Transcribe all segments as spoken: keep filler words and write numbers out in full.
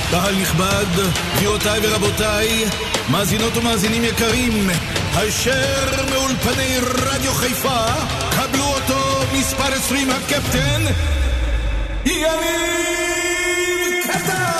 קהל נכבד, גבירותיי ורבותיי, מאזינות ומאזינים יקרים, הישר מאולפני רדיו חיפה, קבלו אותו מספר עשרים הקפטן, יניב קטן!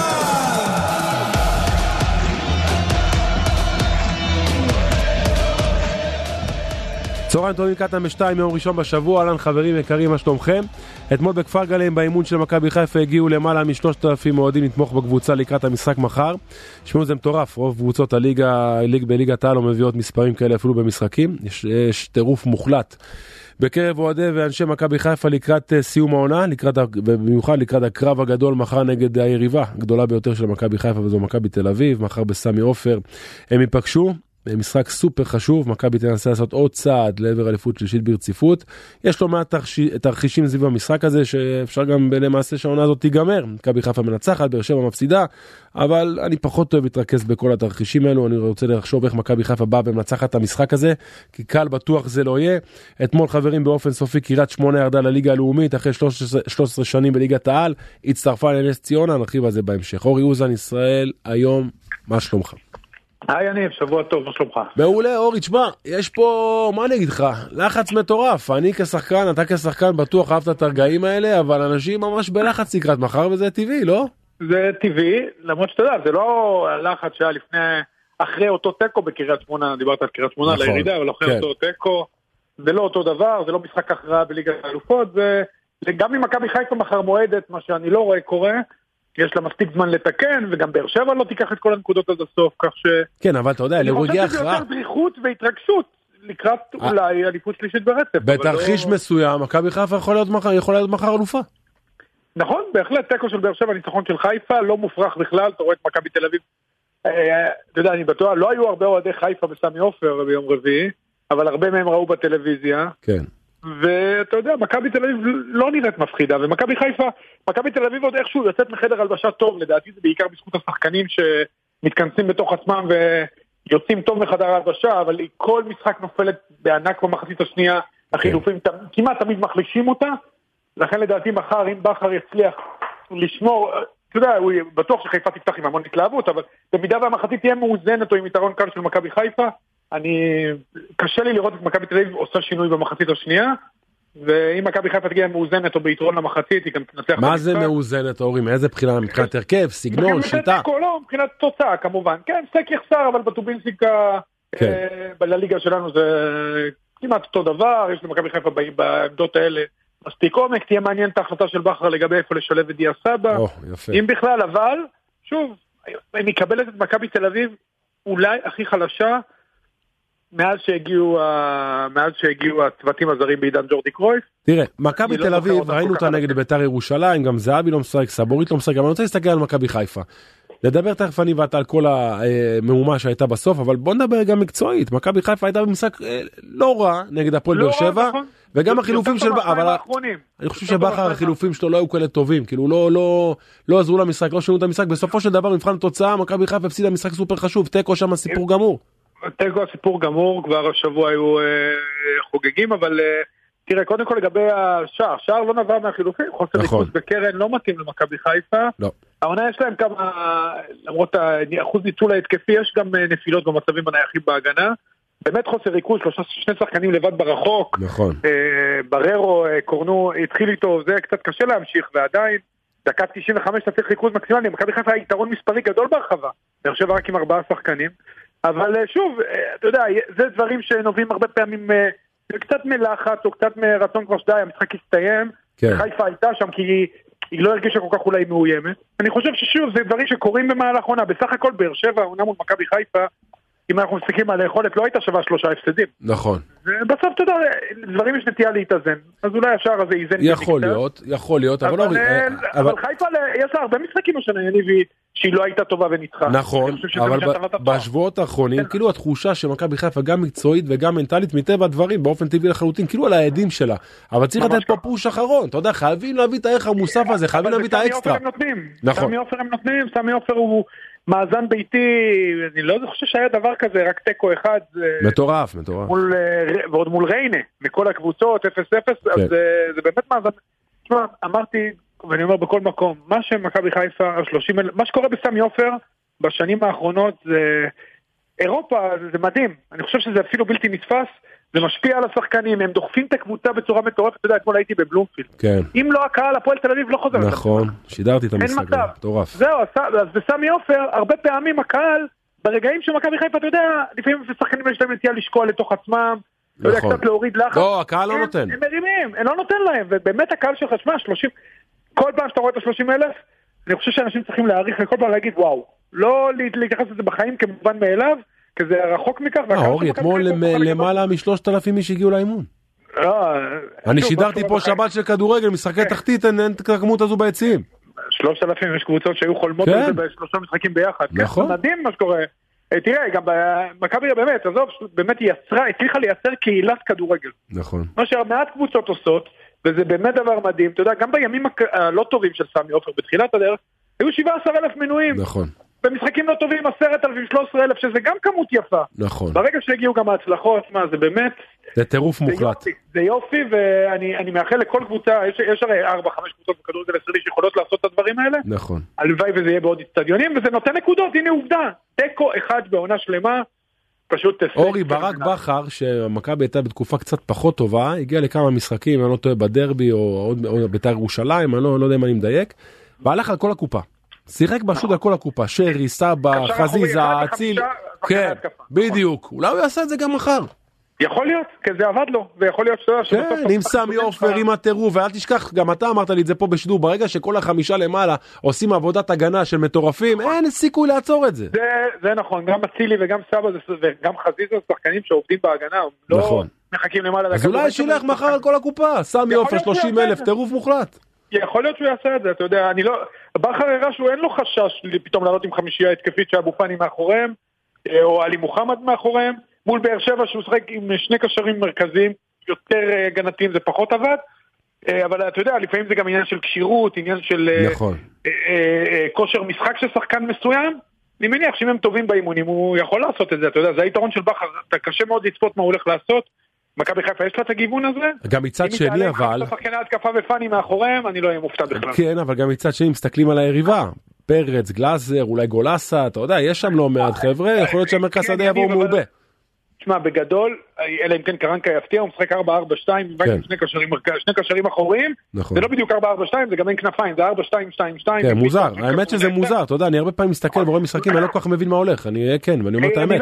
צהריים טובים, קטן בשתיים, יום ראשון בשבוע. אהלן חברים יקרים, מה שלומכם? אתמול בכפר גלים באימון של מכבי חיפה הגיעו למעלה משלושת אלפים אוהדים לתמוך בקבוצה לקראת המשחק מחר. שמעו, זה מטורף, רוב קבוצות הליגה ליג, בליגת העל לא מביאות מספרים כאלה אפילו במשחקים. יש, יש טירוף מוחלט בקרב אוהדי ואנשי מכבי חיפה לקראת סיום העונה, לקראת, במיוחד לקראת הקרב הגדול מחר נגד היריבה הגדולה ביותר של מכבי חיפה, וזו מכבי תל אביב. מחר בסמי עופר הם ייפגשו, משחק סופר חשוב. מכבי תנסה לעשות עוד צעד לעבר אליפות שלישית ברציפות. יש לו מעט תרחישים סביב המשחק הזה, שאפשר גם למעשה שהעונה הזאת תיגמר. מכבי חיפה מנצחת, באר שבע מפסידה, אבל אני פחות אוהב להתרכז בכל התרחישים האלו. אני רוצה לחשוב איך מכבי חיפה באה ומנצחת את המשחק הזה, כי קל בטוח זה לא יהיה. אתמול חברים באופן סופי קריית שמונה ירדה לליגה הלאומית אחרי שלוש עשרה שנים בליגת העל, הצטרפה לנס ציונה, נרחיב על זה בהמשך. אורי אוזן, ישראל היום, מה שלומך? היי יניב, שבוע טוב, מה שלומך? מעולה, אורי, תשמע, יש פה, מה אני אגיד לך, לחץ מטורף. אני כשחקן, אתה כשחקן בטוח אהבת את הרגעים האלה, אבל אנשים ממש בלחץ לקראת מחר, וזה טבעי, לא? זה טבעי, למרות שאתה יודע, זה לא הלחץ שהיה לפני, אחרי אותו טקו בקריית שמונה, דיברת על קריית שמונה, נכון, לירידה, אבל אחרי כן. אותו טקו, זה לא אותו דבר, זה לא משחק הכרעה בליגת האלופות, זה גם אם מכבי חיפה מחר מועדת, מה שאני לא רואה קורה, יש לה מספיק זמן לתקן, וגם באר שבע לא תיקח את כל הנקודות עד הסוף, כך ש... כן, אבל אתה יודע, לרוגי הכרעה... אני חושב שזה יותר דריכות והתרגשות, לקראת אולי אליפות שלישית ברצף. בתרחיש מסוים, מכבי חיפה יכולה להיות מחר אלופה. נכון, בהחלט, תיקו של באר שבע, ניצחון של חיפה, לא מופרך בכלל, אתה רואה את מכבי תל אביב, אתה יודע, אני בטוח, לא היו הרבה אוהדי חיפה בסמי עופר ביום רביעי, אבל הרבה מהם ראו בטלוויזיה. כן. ואתה יודע, מכבי תל אביב לא נראית מפחידה, ומכבי חיפה, מכבי תל אביב עוד איכשהו יוצאת מחדר הלבשה טוב, לדעתי זה בעיקר בזכות השחקנים שמתכנסים בתוך עצמם ויוצאים טוב מחדר הלבשה, אבל כל משחק נופלת בענק במחצית השנייה, החילופים כמעט תמיד מחלישים אותה, לכן לדעתי מחר אם בכר יצליח לשמור, אתה יודע, הוא בטוח שחיפה תפתח עם המון התלהבות, אבל במידה והמחצית תהיה מאוזנת או עם יתרון קל של מכבי חיפה, אני, קשה לי לראות את מכבי תל אביב עושה שינוי במחצית השנייה, ואם מכבי חיפה תגיע מאוזנת או ביתרון למחצית, היא גם תנצח. מה זה מאוזנת, אורי? מאיזה בחינה? מבחינת הרכב, סגנון, שיטה? לא, מבחינת תוצאה, כמובן. כן, סק יחסר, אבל בטובינסיקה, בליגה שלנו זה כמעט אותו דבר, יש למכבי חיפה בעמדות האלה מספיק עומק, תהיה מעניין את ההחלטה של בכר לגבי איפה לשלב את דיה סבא, אם בכלל, אבל, שוב, היא מקבלת את מכבי תל אביב אולי הכי חלשה, מאז שהגיעו, מאז שהגיעו הצוותים הזרים בעידן ג'ורדי קרויף. תראה, מכבי תל אביב, ראינו אותה נגד בית"ר ירושלים, גם זהבי לא משחק, סבורית לא משחק, אבל אני רוצה להסתכל על מכבי חיפה. לדבר תכף אני ואתה על כל המהומה שהייתה בסוף, אבל בוא נדבר גם מקצועית. מכבי חיפה הייתה במשחק לא רע נגד הפועל באר שבע, וגם החילופים של... אבל אני חושב שבכר החילופים שלו לא היו כאלה טובים, כאילו לא עזרו למשחק, לא שינו את המשחק. בסופו של דבר, מבחן התוצאה, מכבי חיפה הפסידה משחק סופר חשוב, תיקו שם סיפור גמור. תיקו הסיפור גמור, כבר השבוע היו אה, חוגגים, אבל אה, תראה, קודם כל לגבי השער, השער לא נבע מהחילופים, חוסר ריכוז בקרן לא מתאים למכבי חיפה, לא. העונה יש להם כמה, למרות האחוז ניצול ההתקפי, יש גם נפילות במצבים הנייחים בהגנה, באמת חוסר ריכוז, שלושה, שני שחקנים לבד ברחוק, נכון. אה, בררו, אה, קורנו, התחיל איתו, זה קצת קשה להמשיך, ועדיין, דקה תשעים וחמש אתה צריך ריכוז מקסימלי, מכבי חיפה היה יתרון מספרי גדול ברחבה, אני חושב רק עם ארבעה שחקנים, אבל שוב, אתה יודע, זה דברים שנובעים הרבה פעמים קצת מלחץ או קצת מרצון כבר שדי, המשחק הסתיים, כן. חיפה הייתה שם כי היא, היא לא הרגישה כל כך אולי מאוימת. אני חושב ששוב, זה דברים שקורים במהלך עונה, בסך הכל באר שבע, עונה מול מכבי חיפה, אם אנחנו מסתכלים על היכולת, לא הייתה שווה שלושה הפסדים. נכון. ובסוף, אתה יודע, דברים יש נטייה להתאזן. אז אולי השאר הזה איזן. יכול להיות, יכול להיות, אבל... אבל חיפה, יש לה הרבה משחקים השנה, יניבי, שהיא לא הייתה טובה וניצחה. נכון, אבל בשבועות האחרונים, כאילו התחושה שמכבי חיפה גם מקצועית וגם מנטלית מטבע הדברים, באופן טבעי לחלוטין, כאילו על העדים שלה. אבל צריך לתת פה פוש אחרון, אתה יודע, חייבים להביא את הערך המוסף הזה, חייבים להביא את האקסטרה. סמי עופר הם נותנים, סמי עופר הוא מאזן ביתי, אני לא חושב שהיה דבר כזה, רק טקו אחד. מטורף, מטורף. מול, ועוד מול ריינה, מכל הקבוצות, אפס אפס, אז זה, זה באמת מאזן. תשמע, אמרתי, ואני אומר בכל מקום, מה שמכבי חיפה, שלושים, מה שקורה בסמי עופר בשנים האחרונות זה, אירופה זה, זה מדהים, אני חושב שזה אפילו בלתי נתפס, זה משפיע על השחקנים, הם דוחפים את הקבוצה בצורה מטורפת, אתה יודע, אתמול הייתי בבלומפילד. כן. אם לא הקהל, הפועל תל אביב לא חוזר. נכון, שידרתי את המשחק, מטורף. זהו, אז בסמי עופר, הרבה פעמים הקהל, ברגעים שמכבי חיפה, אתה יודע, לפעמים השחקנים יש להם נטייה לשקוע לתוך עצמם, אתה יודע, קצת להוריד לחץ. לא, הקהל לא נותן. הם מרימים, הם לא נותן להם, ובאמת הקהל שלך, שמע, שלושים, כל פעם שאתה רואה את ה-שלושים אלף, אני חושב שאנשים צריכים להעריך לכל פעם להגיד, וואו, לא להתייחס לזה בחיים כמובן מאליו, כי זה רחוק מכך. אורי, אתמול למעלה משלושת אלפים איש הגיעו לאימון. אני שידרתי פה שבת של כדורגל, משחקי תחתית, אין את הכמות הזו ביציעים. שלושת אלפים, יש קבוצות שהיו חולמות על זה בשלושה משחקים ביחד. נכון. מדהים מה שקורה. תראה, גם מכבי באמת, עזוב, באמת יצרה, הצליחה לייצר קהילת כדורגל. נכון. מה שהמעט קבוצות עושות, וזה באמת דבר מדהים, אתה יודע, גם בימים הלא טובים של סמי עופר בתחילת הדרך, היו שבעה עשר אלף מנויים. נכון. במשחקים לא טובים עשרת אלפים, שלוש עשרה אלף, שזה גם כמות יפה. נכון. ברגע שהגיעו גם ההצלחות, מה, זה באמת... זה טירוף מוחלט. זה יופי, ואני מאחל לכל קבוצה, יש, יש הרי ארבע, חמש קבוצות בכדורגל הישראלי שיכולות לעשות את הדברים האלה. נכון. הלוואי וזה יהיה בעוד אצטדיונים, וזה נותן נקודות, הנה עובדה. תיקו אחד בעונה שלמה, פשוט... אורי, ברק בכר, שהמכבי הייתה בתקופה קצת פחות טובה, הגיע לכמה משחקים, אני לא טועה בדרבי, או בית"ר ירושלים, אני לא יודע אם אני מדייק, והלך על כל הקופה. שיחק פשוט על כל הקופה, שרי, סבא, חזיזה, אציל, כן, בדיוק. אולי הוא יעשה את זה גם מחר. יכול להיות, כי זה עבד לו, ויכול להיות שאתה... כן, עם סמי עופר, עם הטירוף, ואל תשכח, גם אתה אמרת לי את זה פה בשידור, ברגע שכל החמישה למעלה עושים עבודת הגנה של מטורפים, אין סיכוי לעצור את זה. זה נכון, גם אצילי וגם סבא וגם חזיזה, שחקנים שעובדים בהגנה, לא מחכים למעלה. אז אולי שילך מחר על כל הקופה, סמי עופר שלושים אלף, טירוף מוחלט. יכול להיות שהוא יעשה את זה, אתה יודע, אני לא... בכר הראה שהוא אין לו חשש פתאום לעלות עם חמישייה התקפית שאבו פאני מאחוריהם, או עלי מוחמד מאחוריהם, מול באר שבע שהוא שחק עם שני קשרים מרכזיים, יותר הגנתיים, זה פחות עבד, אבל אתה יודע, לפעמים זה גם עניין של קשירות, עניין של נכון. כושר משחק של שחקן מסוים, אני מניח שאם הם טובים באימונים, הוא יכול לעשות את זה, אתה יודע, זה היתרון של בכר, אתה קשה מאוד לצפות מה הוא הולך לעשות, מכבי חיפה יש לה את הגיוון הזה. גם מצד שני אבל... אם שחקני התקפה ופני מאחוריהם, אני לא אהיה מופתע בכלל. כן, אבל גם מצד שני מסתכלים על היריבה. פרץ, גלאזר, אולי גולסה, אתה יודע, יש שם לא מעט חבר'ה, יכול להיות שהמרכז שדה יבואו מעובה. תשמע, בגדול, אלא אם כן קרנקה יפתיע, הוא משחק ארבע ארבע שתיים, שני קשרים אחוריים, זה לא בדיוק ארבע ארבע שתיים, זה גם אין כנפיים, זה ארבע שתיים שתיים שתיים. כן, מוזר, האמת שזה מוזר, אתה יודע, אני הרבה פעמים מסתכל ורואה משחקים, אני לא כל כך מבין מה הולך, אני כן, ואני אומר את האמת.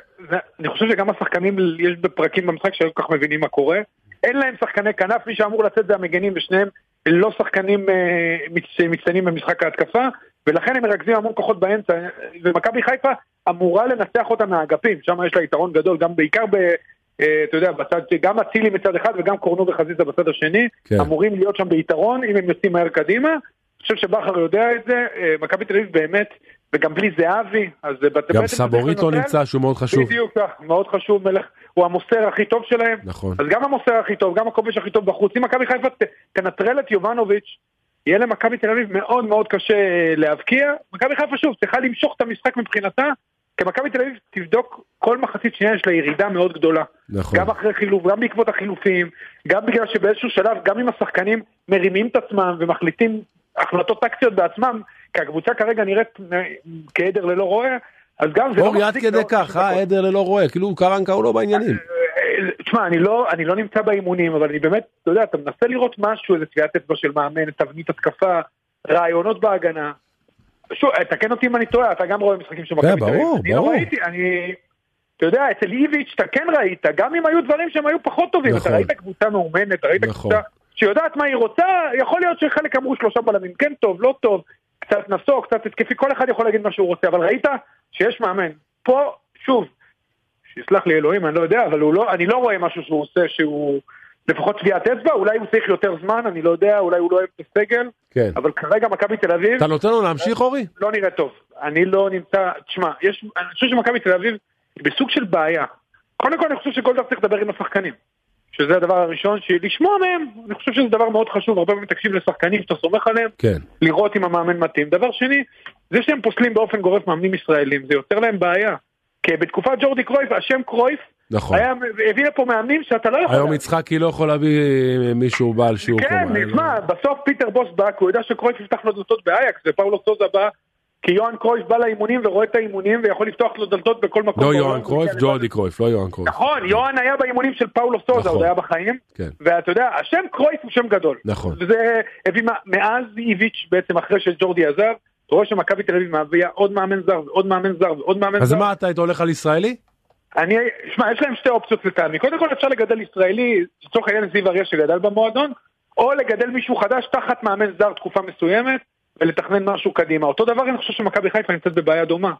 אני חושב שגם השחקנים, יש בפרקים במשחק שלא כל כך מבינים מה קורה, אין להם שחקני כנף, מי שאמור לצאת זה המגנים, ושניהם לא שחקנים מצטיינים במשחק ההתקפה, ולכן הם מרכזים המון כוחות באמצע, ומכבי חיפה אמורה לנצח אותם מהאגפים, שם יש לה יתרון גדול, גם בעיקר ב, אתה יודע, בצד, גם אצילי מצד אחד וגם קורנו וחזיזה בצד השני, כן. אמורים להיות שם ביתרון, אם הם יוצאים מהר קדימה, אני חושב שבכר יודע את זה, מכבי תל אביב באמת, וגם בלי זהבי, אז... גם סבורית לא נמצא, שהוא מאוד חשוב. בדיוק, מאוד חשוב, מלך, הוא המוסר הכי טוב שלהם, נכון. אז גם המוסר הכי טוב, גם הכובש הכי טוב בחוץ, אם מכבי חיפה תנטרל את יובנוביץ', יהיה למכבי תל אביב מאוד מאוד קשה להבקיע. מכבי חיפה שוב צריכה למשוך את המשחק מבחינתה, כי מכבי תל אביב תבדוק כל מחצית שנייה יש לה ירידה מאוד גדולה. נכון. גם אחרי חילוף, גם בעקבות החילופים, גם בגלל שבאיזשהו שלב, גם אם השחקנים מרימים את עצמם ומחליטים החלטות טקטיות בעצמם, כי הקבוצה כרגע נראית כעדר ללא רואה, אז גם זה לא מחזיק... אורי, עד כדי כך, אה, עדר ללא רואה, כאילו קרנקה הוא לא בעניינים. תשמע, אני לא, אני לא נמצא באימונים, אבל אני באמת, אתה יודע, אתה מנסה לראות משהו, איזה צביעת אצבע של מאמן, תבנית התקפה, רעיונות בהגנה. שוב, תקן אותי אם אני טועה, אתה גם רואה משחקים של מכבי תל אביב. ברור, אני ברור. לא ראיתי, אני, אתה יודע, אצל איביץ' אתה כן ראית, גם אם היו דברים שהם היו פחות טובים, נכון. אתה ראית קבוצה מאומנת, אתה ראית נכון. קבוצה שיודעת מה היא רוצה, יכול להיות שחלק אמרו שלושה בלמים, כן טוב, לא טוב, קצת נסוק, קצת התקפי, כל אחד יכול להגיד מה שהוא רוצה, אבל ראית שיש מאמן. פה, שוב, שיסלח לי אלוהים, אני לא יודע, אבל הוא לא, אני לא רואה משהו שהוא עושה שהוא לפחות צביעת אצבע, אולי הוא צריך יותר זמן, אני לא יודע, אולי הוא לא אוהב את הסגל, כן. אבל כרגע מכבי תל אביב... אתה נותן לו להמשיך, אורי? לא נראה טוב. אני לא נמצא... תשמע, יש, אני חושב שמכבי תל אביב בסוג של בעיה. קודם כל אני חושב שגולדהר צריך לדבר עם השחקנים, שזה הדבר הראשון, שלשמוע מהם, אני חושב שזה דבר מאוד חשוב, הרבה פעמים תקשיב לשחקנים, שאתה סומך עליהם, כן. לראות אם המאמן מתאים. דבר שני, זה שהם פוסלים באופן גורף מאמנים ישראלים, זה יוצר להם בעיה. כי בתקופת ג'ורדי קרויף, השם קרויף נכון. היה, הביא לפה מאמנים שאתה לא יכול... היום יצחקי לא יכול להביא מישהו בעל שיעור. כן, נשמע, בסוף פיטר בוס בא, כי הוא יודע שקרויף יפתח לו דלתות באייקס, ופאולו סוזה בא, כי יוהאן קרויף בא לאימונים ורואה את האימונים, ויכול לפתוח לו דלתות בכל מקום. לא יוהאן קרויף, ג'ורדי קרויף, לא יוהאן קרויף. נכון, יוהאן היה באימונים של פאולו סוזה, הוא היה בחיים, ואתה יודע, השם קרויף הוא שם גדול. נכון. וזה הביא, מאז איביץ' בעצם אחרי שג'ורדי עזב, אתה רואה שמכבי תל אביב מביאה עוד מאמן זר, ועוד מאמן זר, ועוד מאמן זר. אז מה אתה, אתה הולך על ישראלי? אני, שמע, יש להם שתי אופציות לטעמי. קודם כל אפשר לגדל ישראלי, לצורך העניין זיו אריה שגדל במועדון, או לגדל מישהו חדש תחת מאמן זר תקופה מסוימת, ולתכנן משהו קדימה. אותו דבר אני חושב שמכבי חיפה נמצאת בבעיה דומה.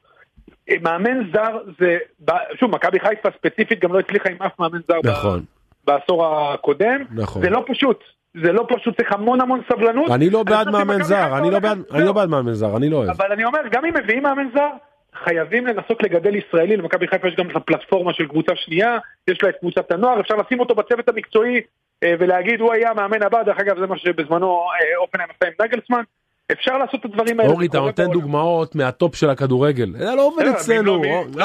מאמן זר זה, שוב, מכבי חיפה ספציפית גם לא הצליחה עם אף מאמן זר נכון. בעשור הקודם. נכון. זה לא פשוט. זה לא פשוט, צריך המון המון סבלנות. אני לא בעד מאמן זר, אני לא בעד, אני לא בעד מאמן זר, אני לא אוהב. אבל אני אומר, גם אם מביאים מאמן זר, חייבים לנסות לגדל ישראלי. למכבי חיפה יש גם את הפלטפורמה של קבוצה שנייה, יש לה את קבוצת הנוער, אפשר לשים אותו בצוות המקצועי ולהגיד הוא היה המאמן הבא. דרך אגב זה מה שבזמנו אופן היה מסע עם נגלסמן. אפשר לעשות את הדברים האלה. אורי, אתה נותן דוגמאות מהטופ של הכדורגל. זה לא עובד אצלנו.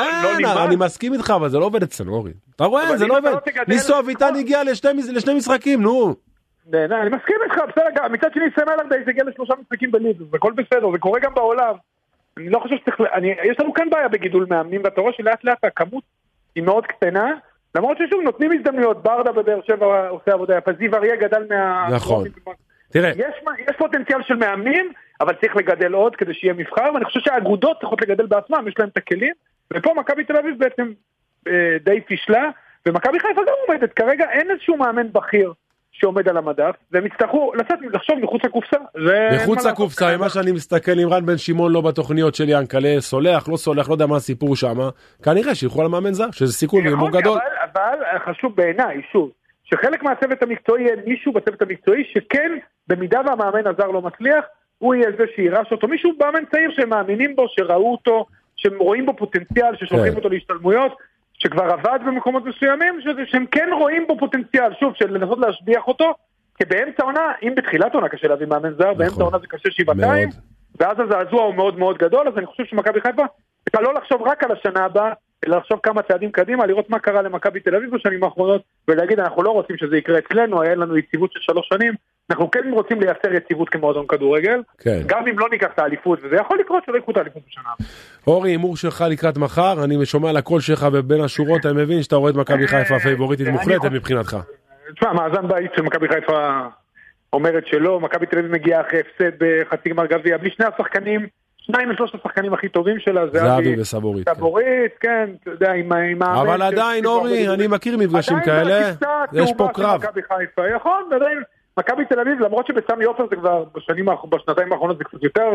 אני מסכים איתך, אבל זה לא עובד אצלנו, אורי. אתה רואה, זה לא עובד. ניסו אביטן הגיע לשני משחקים, נו. אני מסכים איתך, בסדר, מצד שני סם אלרדייס הגיע לשלושה משחקים בליגה, זה הכל בסדר, זה קורה גם בעולם. אני לא חושב שצריך, יש לנו כאן בעיה בגידול מאמנים, ואתה רואה שלאט לאט הכמות היא מאוד קטנה, למרות ששוב נותנים הזדמנויות, ברדה בבאר שבע עושה עבודה יפה, זיו אריה גדל מה... נכון. תראה. יש פוטנציאל של מאמנים, אבל צריך לגדל עוד כדי שיהיה מבחר, ואני חושב שהאגודות צריכות לגדל בעצמם, יש להם את הכלים, ופה מכבי תל אביב בעצם די פישלה, ומכבי חיפה גם עומדת, כרגע אין איזשהו מאמן בכיר שעומד על המדף, והם יצטרכו לצאת, לחשוב מחוץ לקופסה. מחוץ לקופסה, מה שאני מסתכל עם רן בן שמעון לא בתוכניות של ינקלה, סולח, לא סולח, לא יודע מה הסיפור שם, כנראה שילכו על המאמן זר, שזה סיכון ואימור גדול. אבל חשוב בעיניי, שוב, שחלק מהצוות המקצועי יהיה מישהו בצוות המקצועי, שכן, במידה והמאמן הזר לא מצליח, הוא יהיה זה שירש אותו, מישהו מאמן צעיר שהם מאמינים בו, שראו אותו, שהם רואים בו פוטנציאל, ששולחים אותו להשתלמויות, שכבר עבד במקומות מסוימים, שהם כן רואים בו פוטנציאל, שוב, של לנסות להשביח אותו, כי באמצע עונה, אם בתחילת עונה קשה להביא מאמן זר, באמצע עונה זה קשה שבעתיים, ואז הזעזוע הוא מאוד מאוד גדול, אז אני חושב שמכבי חיפה, אתה לא לחשוב רק על השנה הבאה, אלא לחשוב כמה צעדים קדימה, לראות מה קרה למכבי תל אביב בשנים האחרונות, ולהגיד, אנחנו לא רוצים שזה יקרה אצלנו, היה לנו יציבות של שלוש שנים, אנחנו כן רוצים לייצר יציבות כמועדון כדורגל, כן. גם אם לא ניקח את האליפות, וזה יכול לקרות שלא יקחו את האליפות בשנה. אורי, הימור שלך לקראת מחר, אני שומע לקול שלך ובין השורות, אני מבין שאתה רואה את מכבי חיפה הפייבוריטית מוחלטת מבחינתך. תשמע, מאזן בית של מכבי חיפה אומרת שלא, מכבי תל אביב מגיעה אחרי הפסד בחצי גמר גביע, בלי שני השחקנים, שניים משלושת השחקנים הכי טובים שלה, זהבי וסבורית. סבורית, כן, אתה יודע, עם... אבל עדיין, אורי, אני מכיר מפגשים כאלה, יש פה קרב. נכון, עדיין, מכבי תל אביב, למרות שבסמי עופר זה כבר בשנים, בשנתיים האחרונות זה קצת יותר,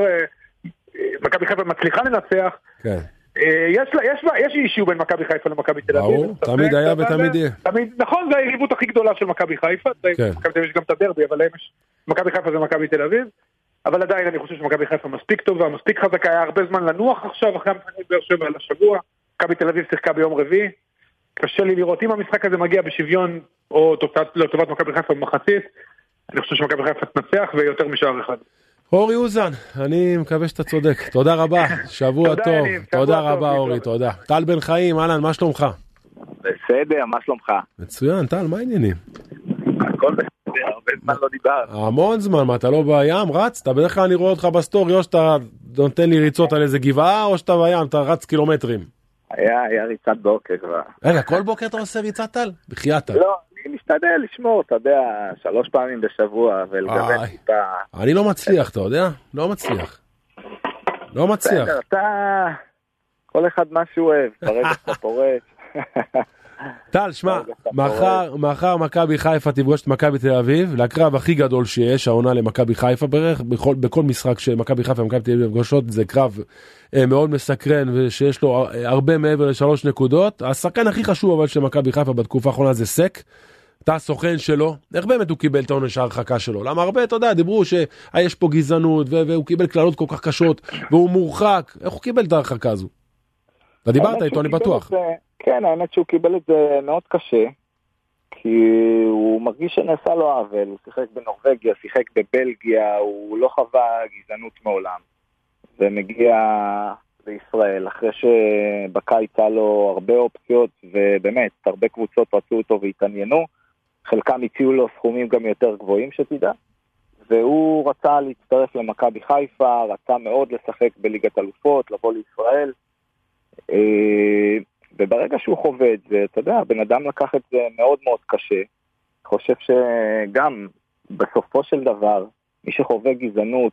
מכבי חיפה מצליחה לנצח. כן. יש לה, יש לה, יש אישיו בין מכבי חיפה למכבי תל אביב. ברור, תמיד היה ותמיד יהיה. נכון, זה היריבות הכי גדולה של מכבי חיפה, מכבי תל אביב יש גם את הדרבי, אבל מכבי חיפה זה מכבי תל אביב. אבל עדיין אני חושב שמכבי חיפה מספיק טובה, מספיק חזקה, היה הרבה זמן לנוח עכשיו, אחרי המשחק באר שבע על השבוע, מכבי תל אביב שיחקה ביום רביעי, קשה לי לראות, אם המשחק הזה מגיע בשוויון, או לטובת מכבי חיפה במחצית, אני חושב שמכבי חיפה תנצח, ויותר משער אחד. אורי אוזן, אני מקווה שאתה צודק, תודה רבה, שבוע טוב, תודה רבה אורי, תודה. טל בן חיים, אהלן, מה שלומך? בסדר, מה שלומך? מצוין, טל, מה העניינים? הכל בסדר. הרבה זמן לא דיבר. המון זמן, מה, אתה לא בים, רץ? אתה בדרך כלל אני רואה אותך בסטורי, או שאתה נותן לי ריצות על איזה גבעה, או שאתה בים, אתה רץ קילומטרים. היה, היה ריצת בוקר כבר. רגע, כל בוקר אתה עושה ריצת טל? בחייאת. לא, אני משתדל לשמור, אתה יודע, שלוש פעמים בשבוע, ולגוון טיפה. אני לא מצליח, אתה יודע? לא מצליח. לא מצליח. בסדר, אתה... כל אחד מה שהוא אוהב, ברגע שאתה פורץ. טל, שמע, מחר, מחר מכבי חיפה תפגוש את מכבי תל אביב, לקרב הכי גדול שיש, העונה למכבי חיפה בערך, בכל, בכל משחק שמכבי חיפה ומכבי תל אביב פגושות, זה קרב אה, מאוד מסקרן, ושיש לו הרבה מעבר לשלוש נקודות. השחקן הכי חשוב אבל של מכבי חיפה בתקופה האחרונה זה סק, אתה הסוכן שלו, איך באמת הוא קיבל את העונש ההרחקה שלו? למה הרבה, אתה יודע, דיברו שיש פה גזענות, והוא קיבל כללות כל כך קשות, והוא מורחק, איך הוא קיבל את ההרחקה הזו? אתה דיברת איתו, אני בטוח. כן, האמת שהוא קיבל את זה מאוד קשה, כי הוא מרגיש שנעשה לו עוול, הוא שיחק בנורווגיה, שיחק בבלגיה, הוא לא חווה גזענות מעולם, ומגיע לישראל, אחרי שבקיץ היה לו הרבה אופציות, ובאמת, הרבה קבוצות רצו אותו והתעניינו, חלקם הציעו לו סכומים גם יותר גבוהים שתדע, והוא רצה להצטרף למכבי חיפה, רצה מאוד לשחק בליגת אלופות, לבוא לישראל, וברגע שהוא חווה את זה, אתה יודע, הבן אדם לקח את זה מאוד מאוד קשה, חושב שגם בסופו של דבר, מי שחווה גזענות,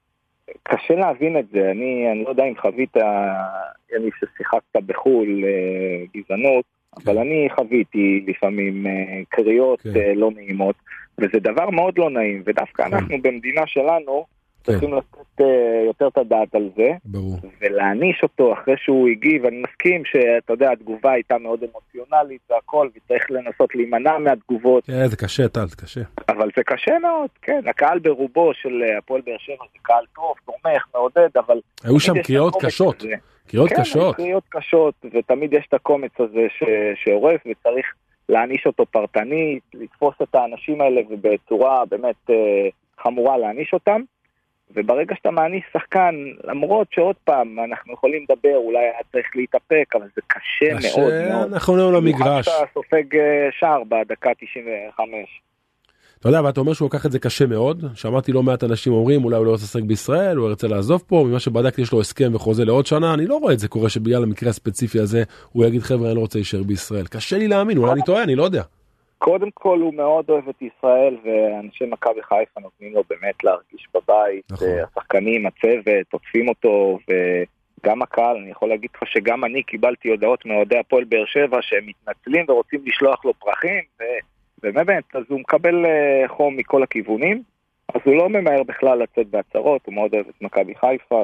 קשה להבין את זה, אני, אני לא יודע אם חווית, אני ששיחקת בחול גזענות, כן. אבל אני חוויתי לפעמים קריאות כן. לא נעימות, וזה דבר מאוד לא נעים, ודווקא כן. אנחנו במדינה שלנו, כן. צריכים לתת יותר את הדעת על זה, ברור. ולהניש אותו אחרי שהוא הגיב, אני מסכים שאתה יודע, התגובה הייתה מאוד אמוציונלית והכל, וצריך לנסות להימנע מהתגובות. כן, זה קשה, טל, זה קשה. אבל זה קשה מאוד, כן, הקהל ברובו של הפועל באר שבע זה קהל טוב, תומך, מעודד, אבל... היו שם קריאות קשות, קריאות כן, קשות. כן, קריאות קשות, ותמיד יש את הקומץ הזה ש... שעורף, וצריך להניש אותו פרטנית, לתפוס את האנשים האלה, ובצורה באמת חמורה להניש אותם. וברגע שאתה מעניש שחקן, למרות שעוד פעם אנחנו יכולים לדבר, אולי היה צריך להתאפק, אבל זה קשה מאוד מאוד. אנחנו לא למגרש. אתה סופג שער בדקה תשעים וחמש. אתה יודע, ואתה אומר שהוא לקח את זה קשה מאוד, שמעתי לא מעט אנשים אומרים, אולי הוא לא רוצה לשחק בישראל, הוא ירצה לעזוב פה, ממה שבדקתי יש לו הסכם וחוזה לעוד שנה, אני לא רואה את זה קורה שבגלל המקרה הספציפי הזה, הוא יגיד חבר'ה, אני לא רוצה להישאר בישראל. קשה לי להאמין, אולי אני טועה, אני לא יודע. קודם כל הוא מאוד אוהב את ישראל, ואנשי מכבי חיפה נותנים לו באמת להרגיש בבית, נכון. השחקנים, הצוות, תוקפים אותו, וגם הקהל, אני יכול להגיד לך שגם אני קיבלתי הודעות מאוהדי הפועל באר שבע, שהם מתנצלים ורוצים לשלוח לו פרחים, ו... ובאמת, אז הוא מקבל חום מכל הכיוונים, אז הוא לא ממהר בכלל לצאת בהצהרות, הוא מאוד אוהב את מכבי חיפה,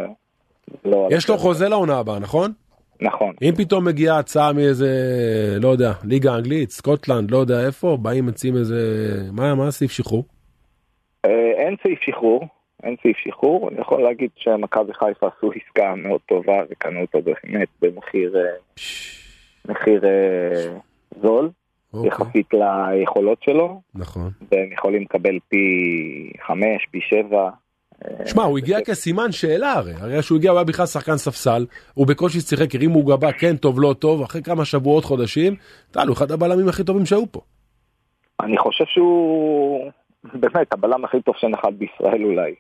ולא... יש לו חוזה לעונה הבאה, נכון? נכון. אם פתאום מגיעה הצעה מאיזה, לא יודע, ליגה אנגלית, סקוטלנד, לא יודע איפה, באים מציעים איזה, מה, מה הסעיף שחרור? אין סעיף שחרור, אין סעיף שחרור, אני יכול להגיד שמכבי חיפה עשו עסקה מאוד טובה, וקנו אותו באמת במחיר, מחיר זול, יחסית ליכולות שלו, נכון. והם יכולים לקבל פי חמש, פי שבע, שמע, הוא הגיע כסימן שאלה הרי, הרי שהוא הגיע, הוא היה בכלל שחקן ספסל, הוא בקושי שיחק, הרים הוא גבה, כן טוב, לא טוב, אחרי כמה שבועות, חודשים, תעלו, אחד הבלמים הכי טובים שהיו פה. אני חושב שהוא באמת הבלם הכי טוב שנחת בישראל אולי.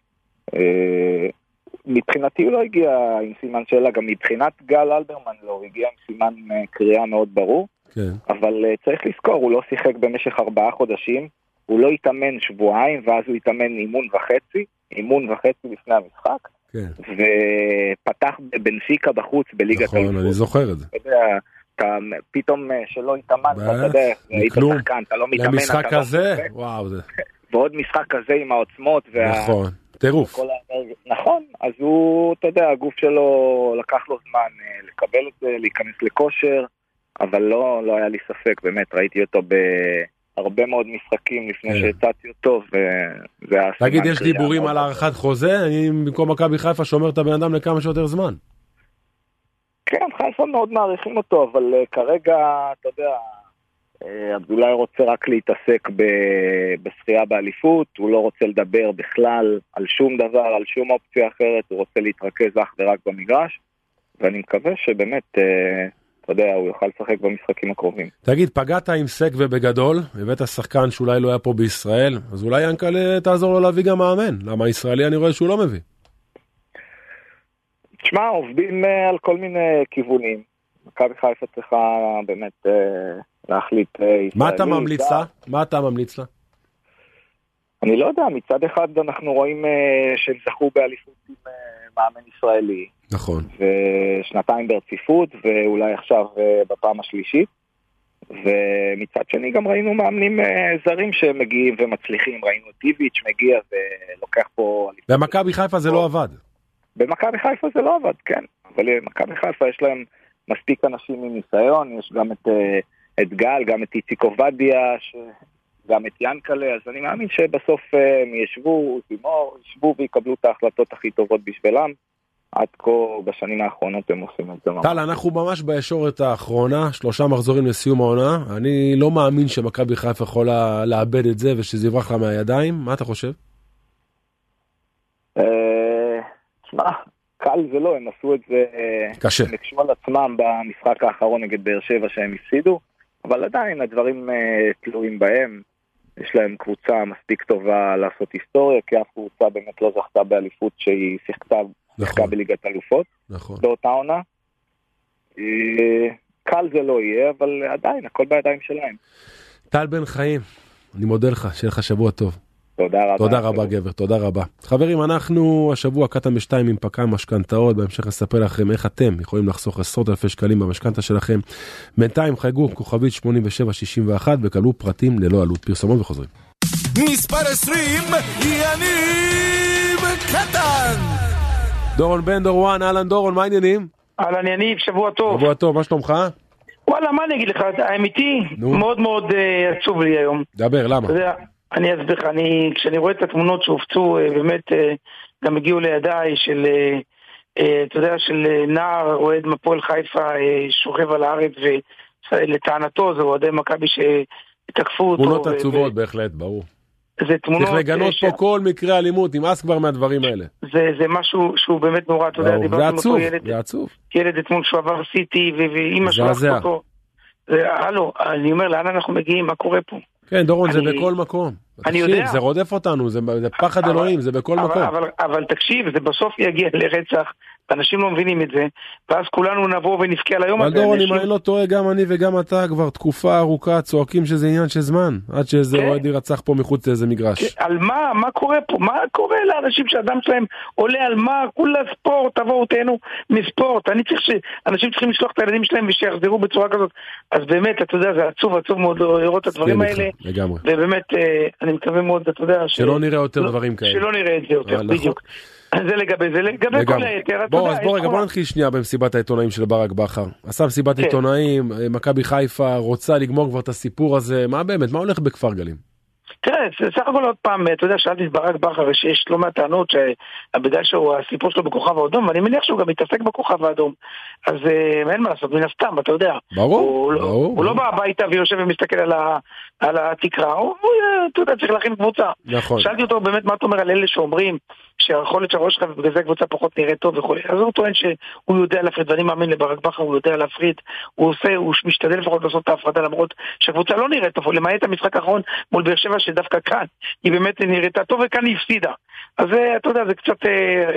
מבחינתי הוא לא הגיע עם סימן שאלה, גם מבחינת גל אלברמן לא, הוא הגיע עם סימן קריאה מאוד ברור, כן. אבל צריך לזכור, הוא לא שיחק במשך ארבעה חודשים, הוא לא התאמן שבועיים, ואז הוא התאמן אימון וחצי, אימון וחצי לפני המשחק, כן. ופתח בבנפיקה בחוץ בליגת נכון, האלופות. אני זוכר את זה. אתה יודע, אתה פתאום שלא התאמנת, אתה יודע, היית שחקן, אתה לא מתאמן, למשחק הזה, וואו זה. ועוד משחק כזה עם העוצמות. נכון, טירוף. נכון, אז הוא, אתה יודע, הגוף שלו לקח לו זמן לקבל את זה, להיכנס לכושר, אבל לא, לא היה לי ספק, באמת, ראיתי אותו ב... הרבה מאוד משחקים לפני שהצעתי אותו, וזה היה... תגיד, יש דיבורים על הערכת חוזה? אני במקום מכבי חיפה שומר את הבן אדם לכמה שיותר זמן. כן, חיפה מאוד מעריכים אותו, אבל כרגע, אתה יודע, אבדולאי רוצה רק להתעסק בשחייה באליפות, הוא לא רוצה לדבר בכלל על שום דבר, על שום אופציה אחרת, הוא רוצה להתרכז אך ורק במגרש, ואני מקווה שבאמת... אתה יודע, הוא יוכל לשחק במשחקים הקרובים. תגיד, פגעת עם סק ובגדול, הבאת שחקן שאולי לא היה פה בישראל, אז אולי ינקל תעזור לו להביא גם מאמן. למה ישראלי אני רואה שהוא לא מביא? תשמע, עובדים על כל מיני כיוונים. מכבי חיפה צריכה באמת להחליט ישראלי. מה אתה ממליץ לה? מה אתה ממליץ לה? אני לא יודע, מצד אחד אנחנו רואים שהם זכו באליפות עם מאמן ישראלי. נכון. ושנתיים ברציפות, ואולי עכשיו בפעם השלישית. ומצד שני גם ראינו מאמנים זרים שמגיעים ומצליחים. ראינו טיביץ' מגיע ולוקח פה... במכבי חיפה זה לא עבד. במכבי חיפה זה לא עבד, כן. אבל במכבי חיפה יש להם מספיק אנשים עם ניסיון, יש גם את, את גל, גם את איציק עובדיה, ש... גם את ינקלה, אז אני מאמין שבסוף הם ישבו, תימור, ישבו ויקבלו את ההחלטות הכי טובות בשבילם. עד כה בשנים האחרונות הם עושים את זה. טל, אנחנו ממש בישורת האחרונה, שלושה מחזורים לסיום העונה. אני לא מאמין שמכבי חיפה יכולה לאבד את זה ושזה יברח לה מהידיים. מה אתה חושב? תשמע, קל זה לא, הם עשו את זה, קשה. הם הקשו על עצמם במשחק האחרון נגד באר שבע שהם הפסידו, אבל עדיין הדברים תלויים בהם, יש להם קבוצה מספיק טובה לעשות היסטוריה, כי אף קבוצה באמת לא זכתה באליפות שהיא שיחקה, נכון. שיחקה בליגת אלופות, נכון. באותה עונה. קל זה לא יהיה, אבל עדיין הכל בידיים שלהם. טל בן חיים, אני מודה לך, שיהיה לך שבוע טוב. תודה רבה. תודה רבה גבר, תודה רבה. חברים, אנחנו השבוע קטן בשתיים עם פקה משכנתאות, בהמשך אספר לכם איך אתם יכולים לחסוך עשרות אלפי שקלים במשכנתה שלכם. בינתיים חייגו כוכבית שמונים ושבע שישים ואחת וקבלו פרטים ללא עלות. פרסומות וחוזרים. מספר עשרים, יניב קטן. דורון בן דורואן, אהלן דורון, מה העניינים? אהלן יניב, שבוע טוב. שבוע טוב, מה שלומך? וואלה, מה אני אגיד לך, האמיתי, מאוד מאוד עצוב לי היום. דבר, למה? אני אסביר לך, אני, כשאני רואה את התמונות שהופצו, באמת גם הגיעו לידיי של, אתה יודע, של נער אוהד מפועל חיפה שוכב על הארץ, ולטענתו זה אוהדי מכבי שתקפו אותו. תמונות עצובות בהחלט, ברור. זה תמונות... צריך לגנות פה כל מקרה אלימות, נמאס כבר מהדברים האלה. זה, זה משהו שהוא באמת נורא, אתה יודע, זה עצוב, זה עצוב. ילד אתמול שהוא עבר סיטי, ואמא שלח אותו. הלו, אני אומר, לאן אנחנו מגיעים, מה קורה פה? כן, דורון, זה בכל מקום. אני יודע. זה רודף אותנו, זה פחד אלוהים, זה בכל מקום. אבל תקשיב, זה בסוף יגיע לרצח, אנשים לא מבינים את זה, ואז כולנו נבוא ונבכה על היום הזה. אבל דורון, אם אני לא טועה, גם אני וגם אתה כבר תקופה ארוכה צועקים שזה עניין של זמן, עד שזה אוהד ירצח פה מחוץ לאיזה מגרש. על מה? מה קורה פה? מה קורה לאנשים שהאדם שלהם עולה על מה? כולה ספורט, תבואו תהנו מספורט. אני צריך שאנשים צריכים לשלוח את הילדים שלהם ושיחזרו בצורה כזאת. אז באמת, אתה יודע, זה עצוב, עצוב מאוד לראות את הדברים האלה. לגמרי. ובאמת, אני מקווה מאוד, אתה יודע, שלא נראה יותר דברים כאלה. שלא נראה את זה יותר, בדיוק. זה לגבי זה, לגבי כל היתר. בוא, אז בוא רגע, בוא נתחיל שנייה במסיבת העיתונאים של ברק בכר. עשה מסיבת עיתונאים, מכבי חיפה רוצה לגמור כבר את הסיפור הזה. מה באמת, מה הולך בכפר גלים? תראה, סך הכל עוד פעם, אתה יודע, שאלתי את ברק בכר שיש לא מעט טענות שבגלל שהוא הסיפור שלו בכוכב האדום, ואני מניח שהוא גם מתעסק בכוכב האדום, אז אין מה לעשות, מן הסתם, אתה יודע. ברור, ברור. הוא לא בא הביתה ויושב ומסתכל על התקרה, הוא, אתה יודע, צריך להכין קבוצה. נכון. שאלתי אותו באמת מה אתה אומר על אלה שאומרים שיכול להיות שהראש שלך ובגלל זה קבוצה פחות נראית טוב וכו'. אז הוא טוען שהוא יודע להפריד, ואני מאמין לברק בכר, הוא יודע להפריד, הוא עושה, הוא משתדל לפחות לעשות את ההפרדה, למרות שהקבוצה לא נראית טוב, למעט המשחק האחרון מול באר שבע שדווקא כאן, היא באמת נראיתה טוב וכאן היא הפסידה. אז אתה יודע, זה קצת...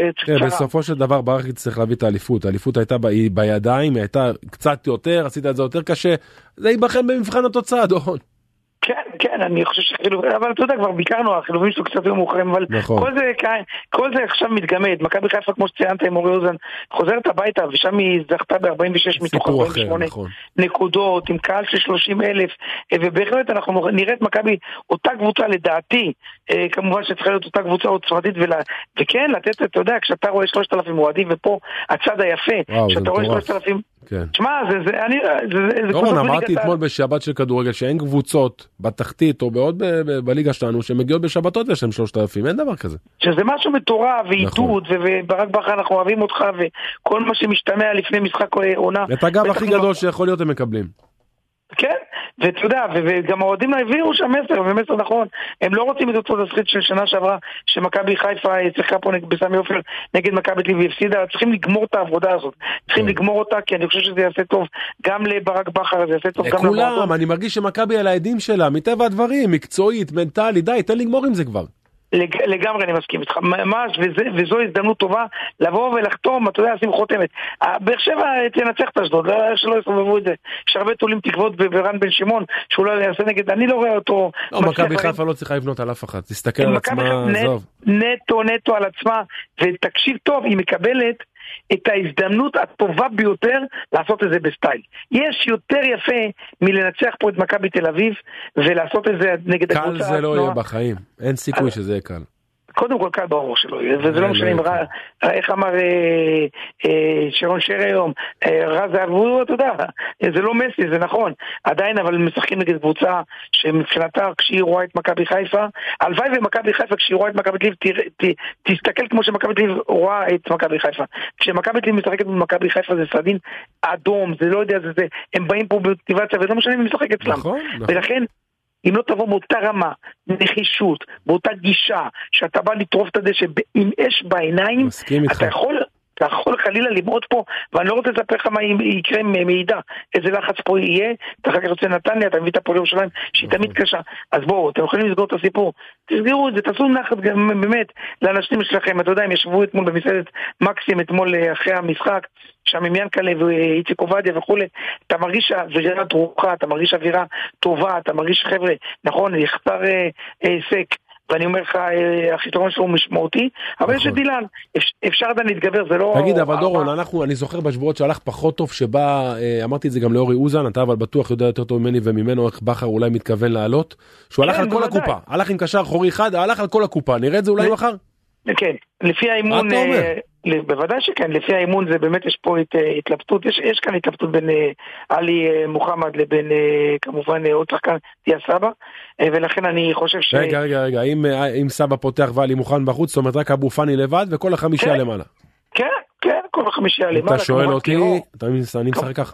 בסופו של דבר ברק צריך להביא את האליפות, האליפות הייתה בידיים, היא הייתה קצת יותר, עשית את זה יותר קשה, זה ייבחן במבחן התוצאה, דורון. כן, כן, אני חושב שחילובים, אבל אתה יודע, כבר ביקרנו, החילובים שלו קצת היו מאוחרים, אבל נכון. כל, זה, כל זה עכשיו מתגמד. מכבי חיפה, כמו שציינת עם אורי אוזן, חוזרת הביתה, ושם היא זכתה ב-ארבעים ושש מתוך ארבעים ושמונה נכון. נקודות, עם קהל של שלושים אלף, ובהחלט אנחנו נראה את מכבי, אותה קבוצה לדעתי, כמובן שצריכה להיות אותה קבוצה עוצמתית, ולה, וכן, לתת, אתה יודע, כשאתה רואה שלושת אלפים מועדים, ופה הצד היפה, כשאתה רואה שלושת אלפים... תשמע, זה, זה, אני, זה, זה דורון, אמרתי אתמול בשבת של כדורגל שאין קבוצות בתחתית או בעוד בליגה שלנו שמגיעות בשבתות יש להם שלושת אלפים, אין דבר כזה. שזה משהו מטורף ועידוד, וברק בכר אנחנו אוהבים אותך וכל מה שמשתמע לפני משחק עונה. את הגב הכי גדול שיכול להיות הם מקבלים. כן, ואתה יודע, וגם האוהדים העבירו שם מסר, ומסר נכון, הם לא רוצים את אותו תסריט של שנה שעברה, שמכבי חיפה צריכה פה בסמי עופר נגד מכבי תל אביב והפסידה, צריכים לגמור את העבודה הזאת, צריכים לגמור אותה, כי אני חושב שזה יעשה טוב גם לברק בכר, זה יעשה טוב גם למועדון. לכולם, אני מרגיש שמכבי על העדים שלה, מטבע הדברים, מקצועית, מנטלי, די, תן לגמור עם זה כבר. לגמרי אני מסכים איתך, ממש, וזו הזדמנות טובה לבוא ולחתום, אתה יודע, עושים חותמת. באר שבע תנצח את אשדוד, שלא יסובבו את זה. יש הרבה תולים תקוות ברן בן שמעון, שהוא לא יעשה נגד, אני לא רואה אותו... לא, מכבי חיפה לא צריכה לבנות על אף אחד, תסתכל על עצמה, עזוב. נטו, נטו על עצמה, ותקשיב טוב, היא מקבלת את ההזדמנות הטובה ביותר לעשות את זה בסטייל. יש יותר יפה מלנצח פה את מכבי תל אביב ולעשות את זה נגד הקבוצה. קל זה לא יהיה בחיים, אין סיכוי שזה יהיה קל. קודם כל קל ברור שלא, וזה לא משנה, איך אמר שרון שרי היום, רז אבו, אתה יודע, זה לא מסי, זה נכון, עדיין אבל משחקים נגד קבוצה שמבחינתה כשהיא רואה את מכבי חיפה, הלוואי ומכבי חיפה כשהיא רואה את מכבי תל אביב, תסתכל כמו שמכבי תל אביב רואה את מכבי חיפה, כשמכבי תל אביב משחקת במכבי חיפה זה סדין אדום, זה לא יודע, הם באים פה במוטיבציה ולא משנה אם משחק אצלם, ולכן אם לא תבוא מאותה רמה, נחישות, באותה גישה, שאתה בא לטרוף את הדשא עם אש בעיניים, אתה יכול, אתה יכול חלילה למעוד פה, ואני לא רוצה לספר לך מה יקרה מידע, איזה לחץ פה יהיה, אתה אחר כך רוצה נתניה, אתה מביא את הפועל ירושלים, שהיא תמיד קשה. אז בואו, אתם יכולים לסגור את הסיפור, תסגרו את זה, תעשו נחת גם באמת לאנשים שלכם. אתה יודע, הם ישבו אתמול במסעדת מקסים, אתמול אחרי המשחק, שם עם ינקלה ואיציק עובדיה וכו', אתה מרגיש אווירה רוחה, אתה מרגיש אווירה טובה, אתה מרגיש חבר'ה, נכון, יחסר אה, אה, סק, ואני אומר לך, אה, החיתרון שלו הוא משמעותי, אבל יש את דילן, אפשר עדיין להתגבר, זה לא... תגיד, אבל דורון, אנחנו, אני זוכר בשבועות שהלך פחות טוב, שבה, אה, אמרתי את זה גם לאורי אוזן, אתה אבל בטוח יודע יותר טוב ממני וממנו, איך בכר אולי מתכוון לעלות, שהוא הלך על כל הקופה, הלך עם קשר אחורי אחד, הלך על כל הקופה, נראה את זה אולי מחר? כן, לפי האימון... בוודאי שכן, לפי האימון זה באמת יש פה התלבטות, יש, יש כאן התלבטות בין עלי מוחמד לבין כמובן עוד שחקן תהיה סבא, ולכן אני חושב ש... רגע, רגע, רגע, אם, אם סבא פותח ועלי מוחמד בחוץ, זאת אומרת רק אבו פני לבד וכל החמישייה כן, למעלה. כן, כן, כל החמישייה למעלה. אתה שואל אותי, אתה מבין, אני משחק ככה.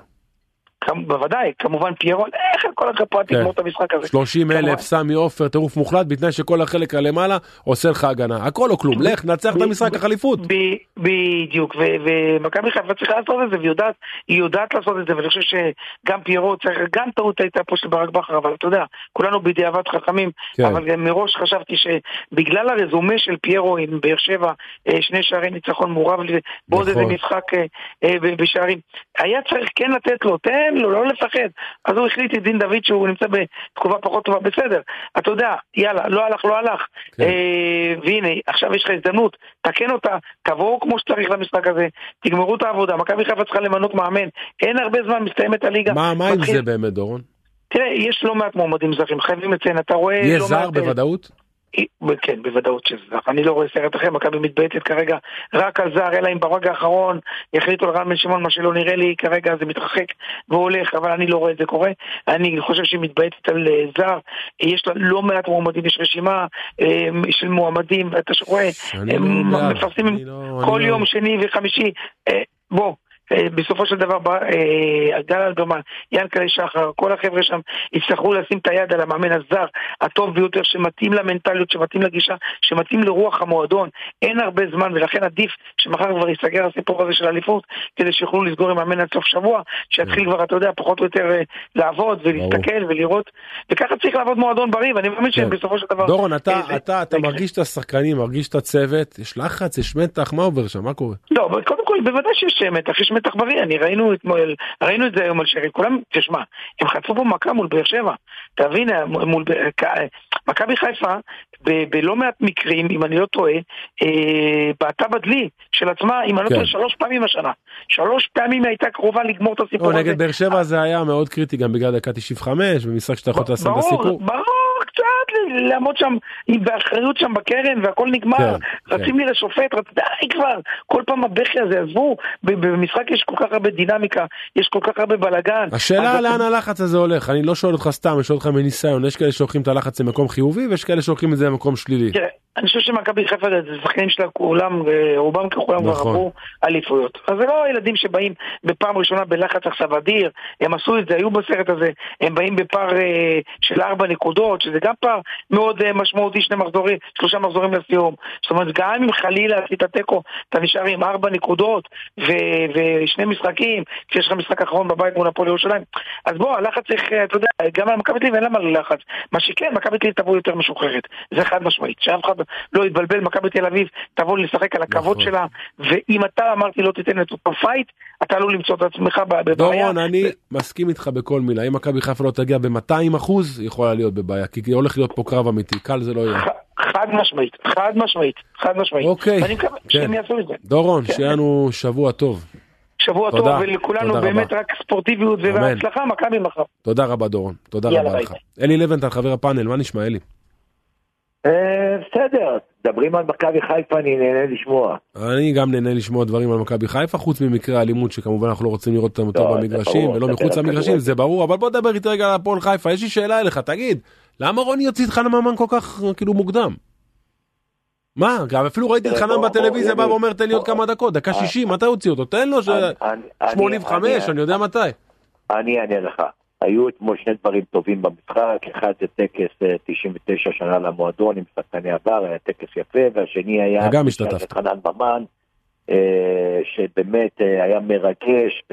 בוודאי, כמובן פיירון, איך כל הפרט תגמור את המשחק הזה. שלושים אלף, סמי עופר, טירוף מוחלט, בתנאי שכל החלק הלמעלה עושה לך הגנה. הכל או כלום, לך, נצח את המשחק החליפות. בדיוק, ומכבי חיפה צריכה לעשות את זה, והיא יודעת לעשות את זה, ואני חושב שגם פיירון צריך, גם טעות הייתה פה של ברק בכר, אבל אתה יודע, כולנו בדיעבד חכמים, אבל מראש חשבתי שבגלל הרזומה של פיירון עם באר שבע, שני שערי ניצחון מעורב, בעוד איזה משחק בשערים, היה צריך כן לתת לו, תן לו, לא לפחד. אז הוא החליט את דין דוד שהוא נמצא בתקופה פחות טובה, בסדר. אתה יודע, יאללה, לא הלך, לא הלך. כן. אה, והנה, עכשיו יש לך הזדמנות, תקן אותה, תבואו כמו שצריך למשחק הזה, תגמרו את העבודה. מכבי חיפה צריכה למנות מאמן. אין הרבה זמן, מסתיימת הליגה. מה, מה מתחיל... עם זה באמת, דורון? תראה, יש לא מעט מועמדים זרים, חייבים לציין, אתה רואה... יהיה לא זר מעט... בוודאות? כן, בוודאות שזה. אני לא רואה סרט אחר, מכבי מתבעטת כרגע רק על זר, אלא אם ברגע האחרון יחליטו לרן בן שמעון, מה שלא נראה לי כרגע זה מתרחק והולך, אבל אני לא רואה את זה קורה. אני חושב שהיא מתבעטת על זר, יש לה לא מעט מועמדים, יש רשימה של מועמדים, ואתה שרואה, מפרסמים כל יום שני וחמישי, בוא. בסופו של דבר גל אלברמן, ינקלה שחר, כל החבר'ה שם יצטרכו לשים את היד על המאמן הזר הטוב ביותר שמתאים למנטליות, שמתאים לגישה, שמתאים לרוח המועדון. אין הרבה זמן, ולכן עדיף שמחר כבר יסגר הסיפור הזה של האליפות, כדי שיוכלו לסגור עם מאמן עד סוף שבוע, שיתחיל כבר, אתה יודע, פחות או יותר לעבוד ולהסתכל ולראות, וככה צריך לעבוד מועדון בריא, ואני מאמין שבסופו של דבר... דורון, אתה, אתה, אתה מרגיש את השחקנים, מרגיש את הצוות, יש לחץ, יש מתח, מה עובר שם, מה קורה? לא, קודם כל, בוודאי שיש מתח, יש מתח בריא, אני ראינו אתמול, ראינו את זה היום על שרי, כולם, תשמע, הם חטפו פה מכה מול באר שבע, תבין, מול מכבי חיפה, בלא מעט מקרים, אם אני לא טועה, בעטה בדלי של עצמה, אם אני לא טועה, שלוש פעמים השנה, שלוש פעמים הייתה קרובה לגמור את הסיפור הזה. נגד באר שבע זה היה מאוד קריטי, גם בגלל דקה תשעים וחמש, במשחק שאתה יכול לעשות את הסיפור. ברור, קצת לעמוד שם, באחריות שם בקרן, והכל נגמר, רצים לי לשופט, די כבר, כל פעם הבכי הזה, עזבו, במשחק יש כל כך הרבה דינמיקה, יש כל כך הרבה בלגן. השאלה לאן הלחץ הזה הולך, אני לא שואל אותך סתם, אני שואל אותך מניסיון, יש כאלה שהולכים את הלחץ למקום חיובי, ויש כאלה שהולכים את זה למקום שלילי. אני חושב שמכבי חיפה זה שחקנים שלה כולם, רובם ככולם כבר עברו אליפויות. אז זה לא ילדים שבאים בפעם ראשונה בלחץ עכשיו אדיר, הם עשו את זה, היו בסרט הזה, הם באים בפער של ארבע נקודות, שזה גם פער מאוד משמעותי, שני מחזורים, שלושה מחזורים לסיום. זאת אומרת, גם אם חלילה עשית תיקו, אתה נשאר עם ארבע נקודות ושני משחקים, כשיש לך משחק אחרון בבית מול הפועל ירושלים. אז בוא, הלחץ צריך, אתה יודע, גם על מכבי תל אביב אין למה ללחץ. מה שכן, מכבי תל אביב תבוא יותר משוחררת. זה חד משמעית. שאף אחד לא יתבלבל, מכבי תל אביב תבוא לשחק על הכבוד שלה, ואם אתה אמרתי לא תיתן את אותו פייט, אתה לא למצוא את עצמך בבעיה. דורון, אני מסכים איתך בכל מילה. אם מכבי חיפה לא תגיע ב-מאתיים אחוז, היא יכולה להיות בבעיה, כי הולך להיות פה קרב אמיתי, קל זה לא יהיה. חד משמעית, חד משמעית, חד משמעית. אוקיי. ואני מקווה שהם יעשו את זה. דורון, שיהיה לנו שבוע טוב. שבוע טוב, ולכולנו באמת רק ספורטיביות והצלחה, מכבי מחר. תודה רבה דורון, תודה רבה לך. אלי לבנטל, חבר הפאנל, מה נשמע אלי? בסדר, דברים על מכבי חיפה, אני נהנה לשמוע. אני גם נהנה לשמוע דברים על מכבי חיפה, חוץ ממקרה האלימות שכמובן אנחנו לא רוצים לראות אותם יותר במגרשים, ולא מחוץ למגרשים, זה ברור, אבל בוא נדבר איתי רגע על הפועל חיפה, יש לי שאלה אליך, תגיד, למה רוני יוציא את חנן ממן כל כך כאילו מוקדם? מה? גם אפילו ראיתי את חנן בטלוויזיה, בא ואומר תן לי עוד כמה דקות, דקה שישים, מתי הוציא אותו? תן לו שמונים וחמש, אני יודע מתי. אני אענה לך. היו אתמול שני דברים טובים במשחק, אחד זה טקס תשעים ותשע שנה למועדון עם שחקני עבר, היה טקס יפה, והשני היה גם השתתפת. חנן ממן, שבאמת היה מרגש,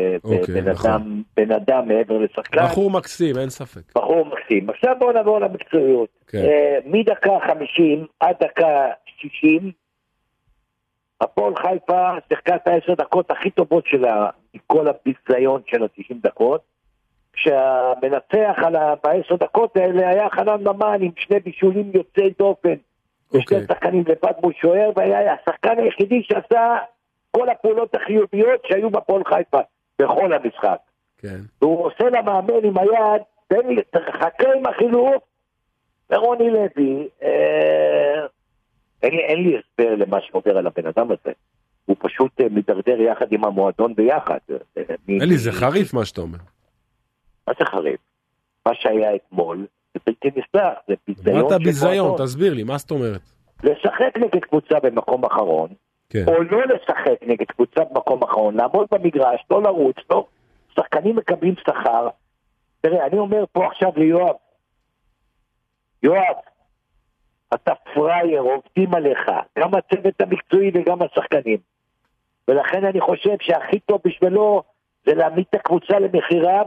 בן אדם מעבר לשחקן. בחור מקסים, אין ספק. בחור מקסים. עכשיו בואו נעבור למקצועיות. מדקה חמישים עד דקה שישים, הפועל חיפה שיחקה את העשר דקות הכי טובות שלה, מכל הביזיון של ה-תשעים דקות, כשהמנצח בעשר דקות האלה היה חנן ממן עם שני בישולים יוצאי דופן, ושני שחקנים לבד מול שוער, והיה השחקן היחידי שעשה כל הפעולות החיוביות שהיו בפועל חיפה בכל המשחק. כן. והוא עושה למאמן עם היד, תן לי, תחכה עם החילוף, ורוני לוי, אה, אין, לי, אין לי הסבר למה שעובר על הבן אדם הזה. הוא פשוט מדרדר יחד עם המועדון ביחד. אין לי, זה חריף מה שאתה אומר. מה זה חריף? מה שהיה אתמול, זה בלתי נסלח, זה ביזיון. מה אתה ביזיון? תסביר לי, מה זאת אומרת? לשחק נגד קבוצה במקום אחרון, כן. או לא לשחק נגד קבוצה במקום אחרון, לעמוד במגרש, לא לרוץ, לא. שחקנים מקבלים שכר. תראה, אני אומר פה עכשיו ליואב, יואב, אתה פרייר, עובדים עליך, גם הצוות המקצועי וגם השחקנים. ולכן אני חושב שהכי טוב בשבילו זה להעמיד את הקבוצה למחירה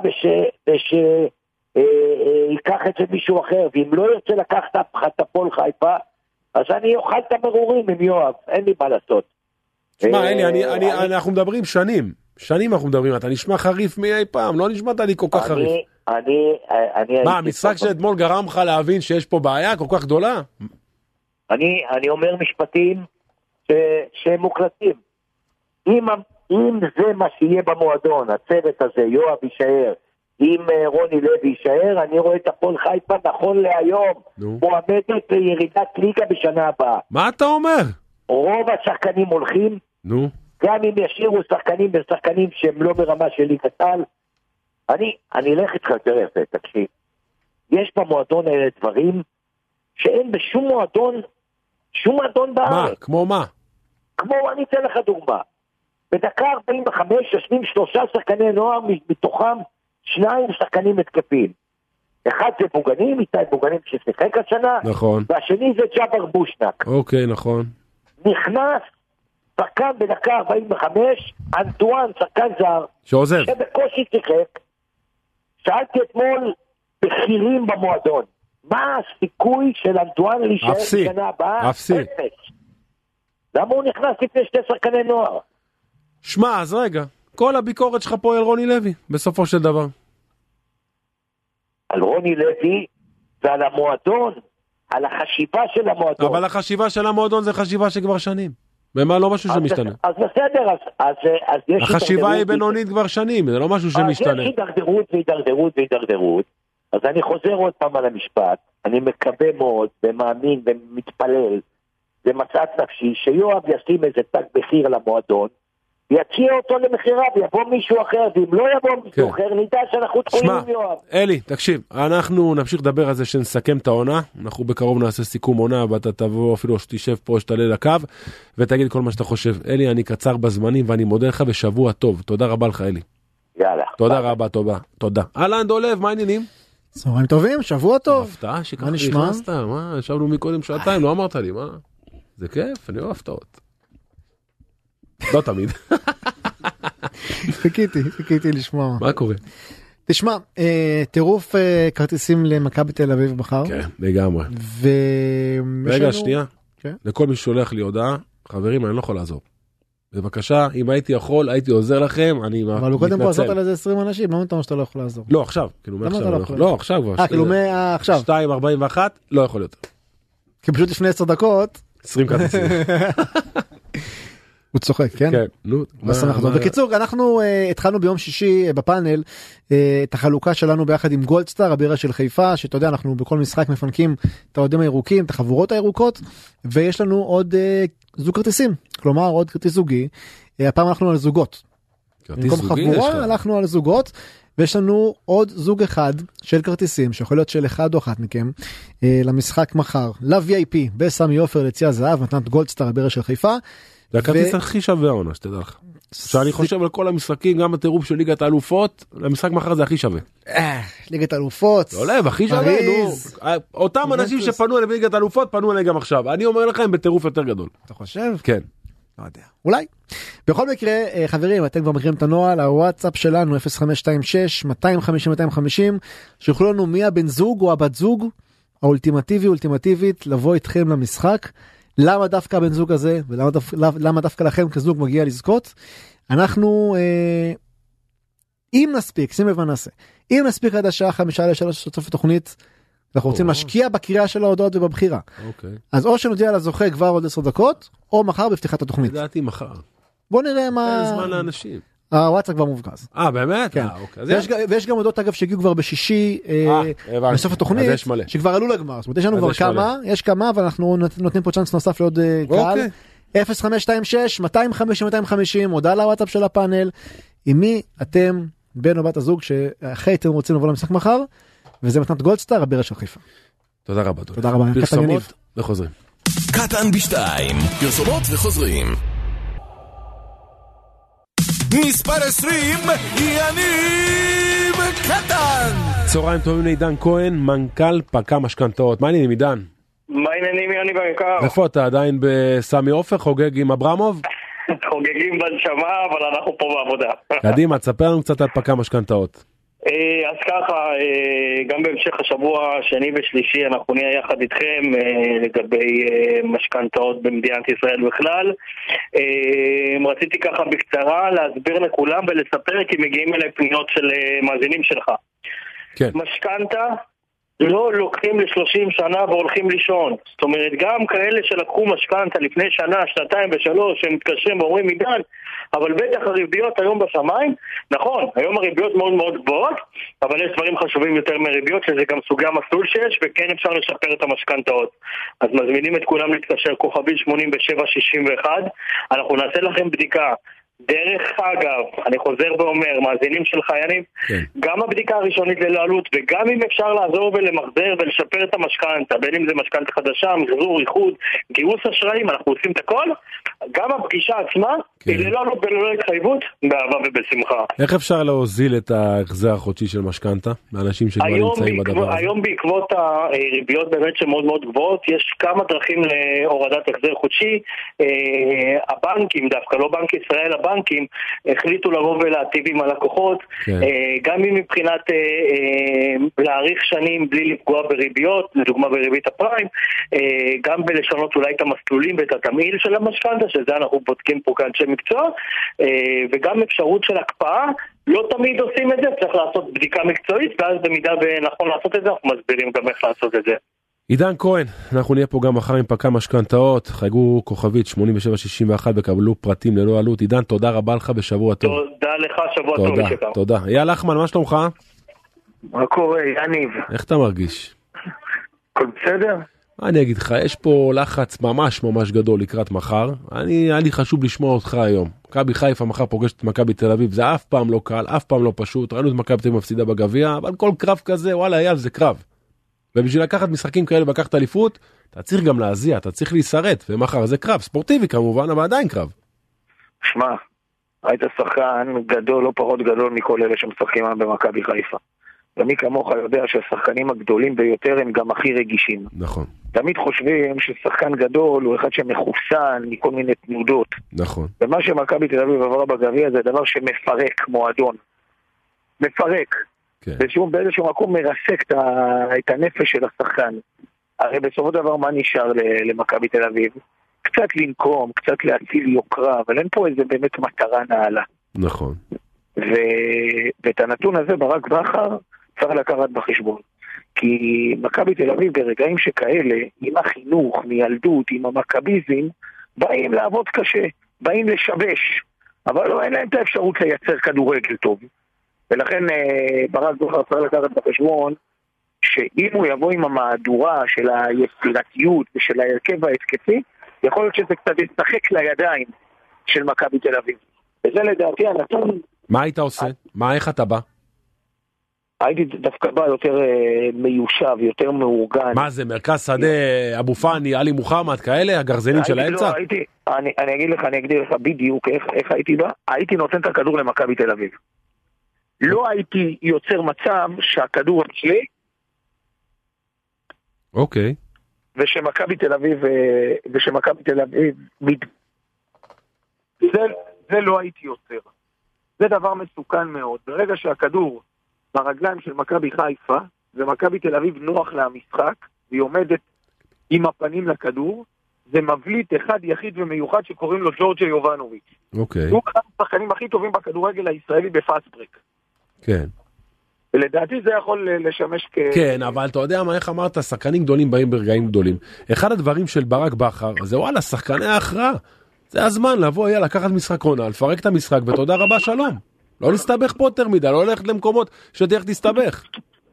ושייקח את זה מישהו אחר. ואם לא ירצה לקחת את הפועל חיפה, אז אני אוכל את המרורים עם יואב, אין לי מה לעשות. תשמע, אלי, אני, אני, אנחנו מדברים שנים, שנים אנחנו מדברים, אתה נשמע חריף מאי פעם, לא נשמעת לי כל כך חריף. אני, אני... מה, המשחק שאתמול גרם לך להבין שיש פה בעיה כל כך גדולה? אני, אני אומר משפטים ש, שהם מוקלטים. אם, אם זה מה שיהיה במועדון, הצוות הזה, יואב יישאר, אם רוני לוי יישאר, אני רואה את הפועל חיפה נכון להיום, מועמדת לירידת ליגה בשנה הבאה. מה אתה אומר? רוב השחקנים הולכים, נו. גם אם ישאירו שחקנים ושחקנים שהם לא ברמה של ליגת העל, אני, אני אלך איתך יותר יפה, תקשיב. יש במועדון האלה דברים שאין בשום מועדון, שום מועדון בארץ. מה? כמו מה? כמו, אני אתן לך דוגמה. בדקה ארבעים וחמש יושבים שלושה שחקני נוער, מתוכם שניים שחקנים התקפים. אחד זה בוגנים, איתי בוגנים ששיחק השנה, נכון. והשני זה ג'אבר בושנק. אוקיי, נכון. נכנס שחקן בדקה ארבעים וחמש, אנטואן, שחקן זר, שעוזב. שבקושי שיחק. שאלתי אתמול בחירים במועדון, מה הסיכוי של אנטואן להישאר בשנה הבאה? אפסי. למה הוא נכנס לפני שתי שחקני נוער? שמע, אז רגע, כל הביקורת שלך פה על רוני לוי, בסופו של דבר. על רוני לוי ועל המועדון, על החשיבה של המועדון. אבל החשיבה של המועדון זה חשיבה שכבר שנים. ומה לא משהו שמשתנה. אז בסדר, אז, אז, אז יש... החשיבה היא בינונית כבר שנים, זה לא משהו שמשתנה. אז יש הידרדרות והידרדרות והידרדרות. אז אני חוזר עוד פעם על המשפט, אני מקווה מאוד ומאמין ומתפלל למצאת נפשי שיואב ישים איזה תג מחיר למועדון, יציע אותו למחירה ויבוא מישהו אחר, ואם לא יבוא מישהו אחר נדע שאנחנו תקועים עם יואב. אלי, תקשיב, אנחנו נמשיך לדבר על זה שנסכם את העונה, אנחנו בקרוב נעשה סיכום עונה, ואתה תבוא אפילו שתשב פה, שתעלה לקו, ותגיד כל מה שאתה חושב. אלי, אני קצר בזמנים ואני מודה לך ושבוע טוב. תודה רבה לך, אלי. יאללה. תודה רבה, טובה. תודה. אהלן דולב, מה העניינים? צהריים טובים, שבוע טוב. הפתעה שככה נכנסת, מה? ישבנו מקודם שעתיים, לא אמרת לי, מה? זה כיף, אני אוהב הפתעות. לא תמיד. חיכיתי, חיכיתי לשמוע. מה קורה? תשמע, טירוף כרטיסים למכבי תל אביב מחר. כן, לגמרי. רגע, שנייה. לכל מי ששולח לי הודעה, חברים, אני לא יכול לעזור. בבקשה, אם הייתי יכול, הייתי עוזר לכם, אני מתנצל. אבל הוא קודם פה עזרת על איזה עשרים אנשים, למה אתה אומר שאתה לא יכול לעזור? לא, עכשיו. לא, עכשיו כבר. אה, כאילו מעכשיו. שתיים ארבעים ואחת, לא יכול יותר. כי פשוט לפני עשר דקות. עשרים כרטיסים. הוא צוחק, כן? כן, נו. בקיצור, אנחנו התחלנו ביום שישי בפאנל את החלוקה שלנו ביחד עם גולדסטאר, הבירה של חיפה, שאתה יודע, אנחנו בכל משחק מפנקים את האוהדים הירוקים, את החבורות הירוקות, ויש לנו עוד זוג כרטיסים, כלומר עוד כרטיס זוגי, הפעם הלכנו על זוגות. במקום חבורה הלכנו על זוגות, ויש לנו עוד זוג אחד של כרטיסים, שיכול להיות של אחד או אחת מכם, למשחק מחר, ל-וי איי פי, בסמי עופר לציע זהב, מתנת גולדסטאר, הבירה של חיפה, זה הכרטיס הכי שווה העונה, שתדע לך. שאני חושב על כל המשחקים, גם הטירוף של ליגת האלופות, למשחק מחר זה הכי שווה. ליגת האלופות. לא לב, הכי שווה, נו. אותם אנשים שפנו אליי בליגת האלופות, פנו אליי גם עכשיו. אני אומר לכם, בטירוף יותר גדול. אתה חושב? כן. לא יודע, אולי. בכל מקרה, חברים, אתם כבר מכירים את הנוהל, הוואטסאפ שלנו אפס חמש שתיים שש שתיים חמשים שתיים חמישים, שיוכלו לנו מי הבן זוג או הבת זוג האולטימטיבי, אולטימטיבית, לבוא איתכם למשחק. למה דווקא הבן זוג הזה, ולמה דווקא, למה דווקא לכם כזוג מגיע לזכות? אנחנו, אה, אם נספיק, שים לב מה נעשה, אם נספיק עד השעה חמישה לשלוש סוף התוכנית, אנחנו רוצים להשקיע בקריאה של ההודעות ובבחירה. אז או שנודיע לזוכה כבר עוד עשר דקות, או מחר בפתיחת התוכנית. לדעתי מחר. בוא נראה מה... אין זמן לאנשים. הוואטסאפ כבר מובגז. אה, באמת? כן. ויש גם הודעות, אגב, שהגיעו כבר בשישי בסוף התוכנית, שכבר עלו לגמר. זאת אומרת, יש לנו כבר כמה, יש כמה, ואנחנו נותנים פה צ'אנס נוסף לעוד קהל. אפס חמש שתיים שש שתיים חמשים שתיים חמישים, הודעה לוואטסאפ של הפאנל. עם מי אתם, בן או בת הזוג, שאחרי אתם רוצים לבוא למשחק מחר, וזה מתנת גולדסטאר, הבירה של חיפה. תודה רבה. תודה רבה. פרסומות וחוזרים. קטן בשתיים, פרסומות וחוזרים. מספר עשרים, יניב קטן. צהריים טובים לעידן כהן, מנכ"ל פקה משכנתאות. מה העניינים עידן? מה העניינים יניב היקר? איפה אתה עדיין בסמי עופר, חוגג עם אברמוב? חוגגים בנשמה, אבל אנחנו פה בעבודה. קדימה, תספר לנו קצת על פקה משכנתאות. אז ככה, גם בהמשך השבוע שני ושלישי אנחנו נהיה יחד איתכם לגבי משכנתאות במדינת ישראל בכלל. רציתי ככה בקצרה להסביר לכולם ולספר, כי מגיעים אליי פניות של מאזינים שלך. כן. משכנתה לא לוקחים ל-שלושים שנה והולכים לישון. זאת אומרת, גם כאלה שלקחו משכנתה לפני שנה, שנתיים ושלוש, הם מתקשרים ואומרים עידן, אבל בטח הריביות היום בשמיים. נכון, היום הריביות מאוד מאוד גבוהות, אבל יש דברים חשובים יותר מריביות, שזה גם סוגי המסלול שיש, וכן אפשר לשפר את המשכנתאות. אז מזמינים את כולם להתקשר כוכבי שמונים ושבע שישים ואחת. אנחנו נעשה לכם בדיקה. דרך אגב, אני חוזר ואומר, מאזינים של חיינים, כן. גם הבדיקה הראשונית ללא עלות, וגם אם אפשר לעזור ולמחזר ולשפר את המשכנתה, בין אם זה משכנתה חדשה, מחזור, איחוד, גיוס אשראים, אנחנו עושים את הכל. גם הפגישה עצמה, כן. היא ללא עלות וללא התחייבות, באהבה ובשמחה. איך אפשר להוזיל את ההחזר החודשי של משכנתה? לאנשים שכבר נמצאים בעקב... בדבר הזה. היום בעקבות הריביות באמת שמאוד מאוד גבוהות, יש כמה דרכים להורדת החזר חודשי. הבנקים דווקא, לא בנק ישראל, הבנקים החליטו לבוא ולהטיב עם הלקוחות, כן. גם אם מבחינת להאריך שנים בלי לפגוע בריביות, לדוגמה בריבית הפריים, גם בלשנות אולי את המסלולים ואת התמהיל של המשכנתה, שזה אנחנו בודקים פה כאנשי מקצוע, וגם אפשרות של הקפאה. לא תמיד עושים את זה, צריך לעשות בדיקה מקצועית, ואז במידה ונכון לעשות את זה, אנחנו מסבירים גם איך לעשות את זה. עידן כהן, אנחנו נהיה פה גם מחר עם פקה משכנתאות, חייגו כוכבית שמונים ושבע שישים ואחת וקבלו פרטים ללא עלות. עידן, תודה רבה לך בשבוע טוב. תודה לך, שבוע טוב. תודה, תודה. אייל לחמן, מה שלומך? מה קורה, יניב? איך אתה מרגיש? הכל בסדר? מה אני אגיד לך, יש פה לחץ ממש ממש גדול לקראת מחר. אני, היה לי חשוב לשמוע אותך היום. מכבי חיפה מחר פוגשת את מכבי תל אביב, זה אף פעם לא קל, אף פעם לא פשוט. ראינו את מכבי תל אביב מפסידה בגביע, אבל כל קרב כזה, וואלה, אייל, זה קרב. ובשביל לקחת משחקים כאלה ולקחת אליפות, אתה צריך גם להזיע, אתה צריך להישרט, ומחר זה קרב, ספורטיבי כמובן, אבל עדיין קרב. שמע, היית שחקן גדול, לא פחות גדול מכל אלה שמשחקים במכבי חיפה. ומי כמוך יודע שהשחקנים הגדולים ביותר הם גם הכי רגישים. נכון. תמיד חושבים ששחקן גדול הוא אחד שמחוסן מכל מיני תנודות. נכון. ומה שמכבי תל אביב עברה בגביע זה דבר שמפרק מועדון. מפרק. כן. באיזשהו, באיזשהו מקום מרסק את הנפש של השחקן. הרי בסופו דבר מה נשאר למכבי תל אביב? קצת לנקום, קצת להציל יוקרה, אבל אין פה איזה באמת מטרה נעלה. נכון. ו... ואת הנתון הזה ברק בכר צריך לקחת בחשבון. כי מכבי תל אביב ברגעים שכאלה, עם החינוך, מילדות, עם המכביזם, באים לעבוד קשה, באים לשבש, אבל לא, אין להם את האפשרות לייצר כדורגל טוב. ולכן ברק בכר צריך לקחת בחשבון שאם הוא יבוא עם המהדורה של היצירתיות ושל ההרכב ההתקפי, יכול להיות שזה קצת ישחק לידיים של מכבי תל אביב. וזה לדעתי הנתון... מה היית עושה? מה, איך אתה בא? הייתי דווקא בא יותר מיושב, יותר מאורגן. מה זה, מרכז שדה, אבו פאני, עלי מוחמד, כאלה, הגרזנים של האמצע? לא, הייתי, אני, אני אגיד לך, אני אגדיר לך בדיוק איך, איך הייתי בא. הייתי נותן את הכדור למכבי תל אביב. לא הייתי יוצר מצב שהכדור אצלי. אוקיי. ושמכבי תל אביב, ושמכבי תל אביב, זה, זה לא הייתי יוצר. זה דבר מסוכן מאוד. ברגע שהכדור ברגליים של מכבי חיפה, ומכבי תל אביב נוח למשחק, והיא עומדת עם הפנים לכדור, זה מבליט אחד יחיד ומיוחד שקוראים לו ג'ורג'י יובנוביץ'. אוקיי. הוא אחד השחקנים הכי טובים בכדורגל הישראלי בפאסט ברק. כן. ולדעתי זה יכול לשמש כ... כן, אבל אתה יודע מה, איך אמרת, שחקנים גדולים באים ברגעים גדולים. אחד הדברים של ברק בכר, זה וואלה, שחקני ההכרעה. זה הזמן לבוא, יאללה, לקחת משחק עונה, לפרק את המשחק, ותודה רבה, שלום. לא להסתבך פה יותר מדי, לא ללכת למקומות שתלך תסתבך.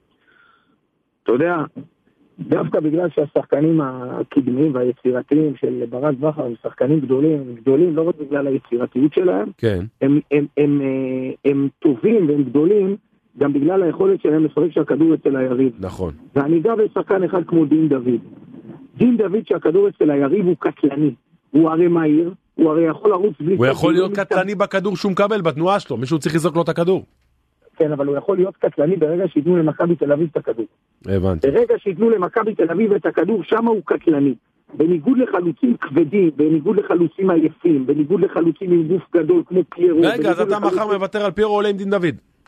אתה יודע, דווקא בגלל שהשחקנים הקדמיים והיצירתיים של ברק בכר הם שחקנים גדולים, גדולים לא רק בגלל היצירתיות שלהם, כן. הם, הם, הם, הם, הם טובים והם גדולים, גם בגלל היכולת שלהם לפרק שהכדור אצל היריב. נכון. ואני גם בשחקן אחד כמו דין דוד. דין דוד שהכדור אצל היריב הוא קטלני. הוא הרי מהיר, הוא הרי יכול לרוץ בלי... הוא יכול להיות קטלני בכדור שהוא מקבל בתנועה שלו, מישהו צריך לזרוק לו את הכדור. כן, אבל הוא יכול להיות קטלני ברגע שיתנו למכבי תל אביב את הכדור. הבנתי. ברגע שיתנו למכבי תל אביב את הכדור, שם הוא קטלני. בניגוד לחלוצים כבדים, בניגוד לחלוצים עייפים, בניגוד לחלוצים עם גוף גדול כמו פיירו. רגע, אז אתה מחר מוותר על פיירו עולה עם דין דוד.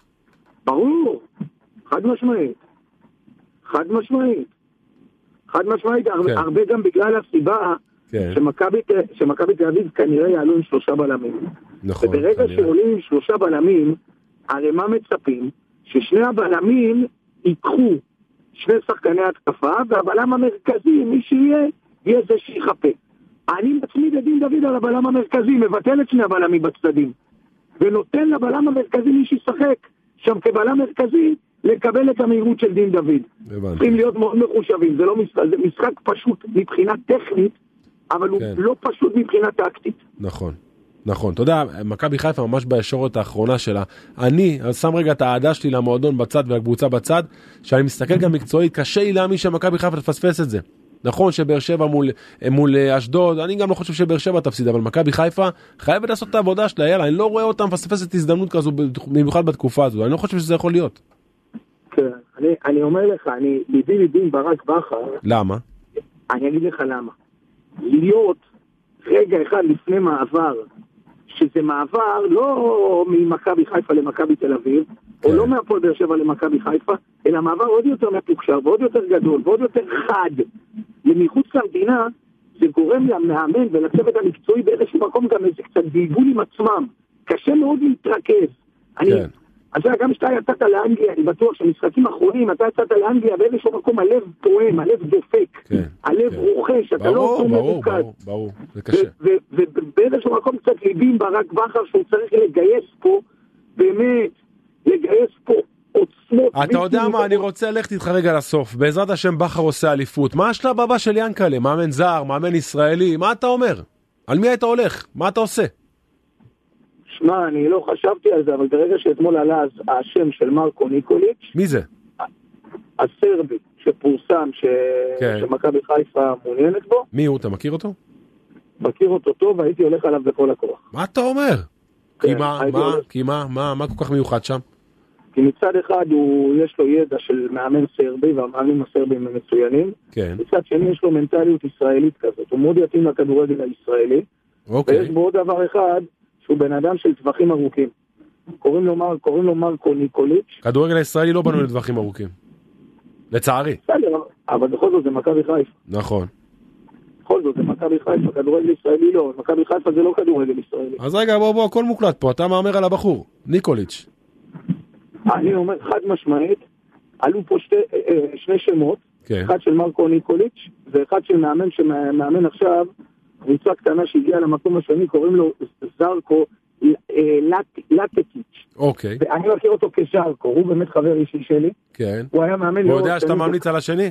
ברור, חד משמעית. חד משמעית. חד משמעית, כן. הרבה גם בגלל הסיבה כן. שמכבי תל אביב כנראה יעלו עם שלושה בלמים. נכון. וברגע כנראה. שעולים עם שלושה בלמים, הרי מה מצפים? ששני הבלמים ייקחו שני שחקני התקפה, והבלם המרכזי, מי שיהיה, יהיה זה שיחפה. אני מצמיד את דין דוד על הבלם המרכזי, מבטל את שני הבלמים בצדדים, ונותן לבלם המרכזי מי שישחק שם כבלם מרכזי, לקבל את המהירות של דין דוד. צריכים להיות מאוד מחושבים, זה לא משחק, זה משחק פשוט מבחינה טכנית, אבל כן. הוא לא פשוט מבחינה טקטית. נכון. נכון, אתה יודע, מכבי חיפה ממש בישורת האחרונה שלה, אני שם רגע את העדה שלי למועדון בצד והקבוצה בצד, שאני מסתכל גם מקצועית, קשה לי להאמין שמכבי חיפה תפספס את זה. נכון שבאר שבע מול, מול אשדוד, אני גם לא חושב שבאר שבע תפסיד, אבל מכבי חיפה חייבת לעשות את העבודה שלה, יאללה, אני לא רואה אותם מפספסת הזדמנות כזו, במיוחד בתקופה הזו, אני לא חושב שזה יכול להיות. כן, אני, אני אומר לך, אני ליבי ליבי עם ברק בכר. למה? אני אגיד לך למה. להיות רגע אחד לפני מעבר, שזה מעבר לא ממכבי חיפה למכבי תל אביב, כן. או לא מהפועל באר שבע למכבי חיפה, אלא מעבר עוד יותר מתוקשר, ועוד יותר גדול, ועוד יותר חד. למחוץ למדינה, זה גורם למאמן ולצוות המקצועי באיזשהו מקום גם איזה קצת גלגול עם עצמם. קשה מאוד להתרכז. אני... כן. אז גם שאתה יצאת לאנגליה, אני בטוח שמשחקים אחרונים, אתה יצאת לאנגליה באיזשהו מקום, הלב פועם, הלב דופק, כן, הלב כן. רוכש, אתה ברור, לא ברור, ברור, ברור, ברור, זה קשה. ובאיזשהו מקום קצת ליבים ברק בכר, שהוא צריך לגייס פה, באמת, לגייס פה עוצמות. אתה יודע מה, אני רוצה ללכת איתך רגע לסוף, בעזרת השם בכר עושה אליפות, מה השלב הבא של ינקלה? מאמן זר, מאמן ישראלי, מה אתה אומר? על מי היית הולך? מה אתה עושה? שמע, אני לא חשבתי על זה, אבל ברגע שאתמול עלה השם של מרקו ניקוליץ'. מי זה? הסרבי, שפורסם ש... כן. שמכבי חיפה מעוניינת בו. מי הוא? אתה מכיר אותו? מכיר אותו טוב, והייתי הולך עליו בכל הכוח. מה אתה אומר? כן, כי מה, מה, הולך... כי מה, מה, מה כל כך מיוחד שם? כי מצד אחד הוא, יש לו ידע של מאמן סרבי, והמאמנים הסרבים הם מצוינים. כן. מצד שני יש לו מנטליות ישראלית כזאת, הוא מאוד יתאים לכדורגל הישראלי. אוקיי. ויש בו עוד דבר אחד, שהוא בן אדם של טווחים ארוכים. קוראים לו, מר, קוראים לו מרקו ניקוליץ'. כדורגל הישראלי לא בנו לטווחים ארוכים. לצערי. בסדר, אבל בכל זאת זה מכבי חיפה. נכון. בכל זאת זה מכבי חיפה, כדורגל ישראלי לא. מכבי חיפה זה לא כדורגל ישראלי. אז רגע, בוא, בוא, הכל מוקלט פה. אתה מאמר על הבחור, ניקוליץ'. אני אומר חד משמעית, עלו פה שתי, שני שמות. כן. אחד של מרקו ניקוליץ' ואחד של מאמן שמאמן עכשיו, קבוצה קטנה שהגיעה למקום השני, קוראים לו זרקו לטקיץ'. אוקיי. ואני מכיר אותו כזרקו, הוא באמת חבר אישי שלי. כן. הוא היה מאמן... הוא יודע שאתה ממליץ על השני?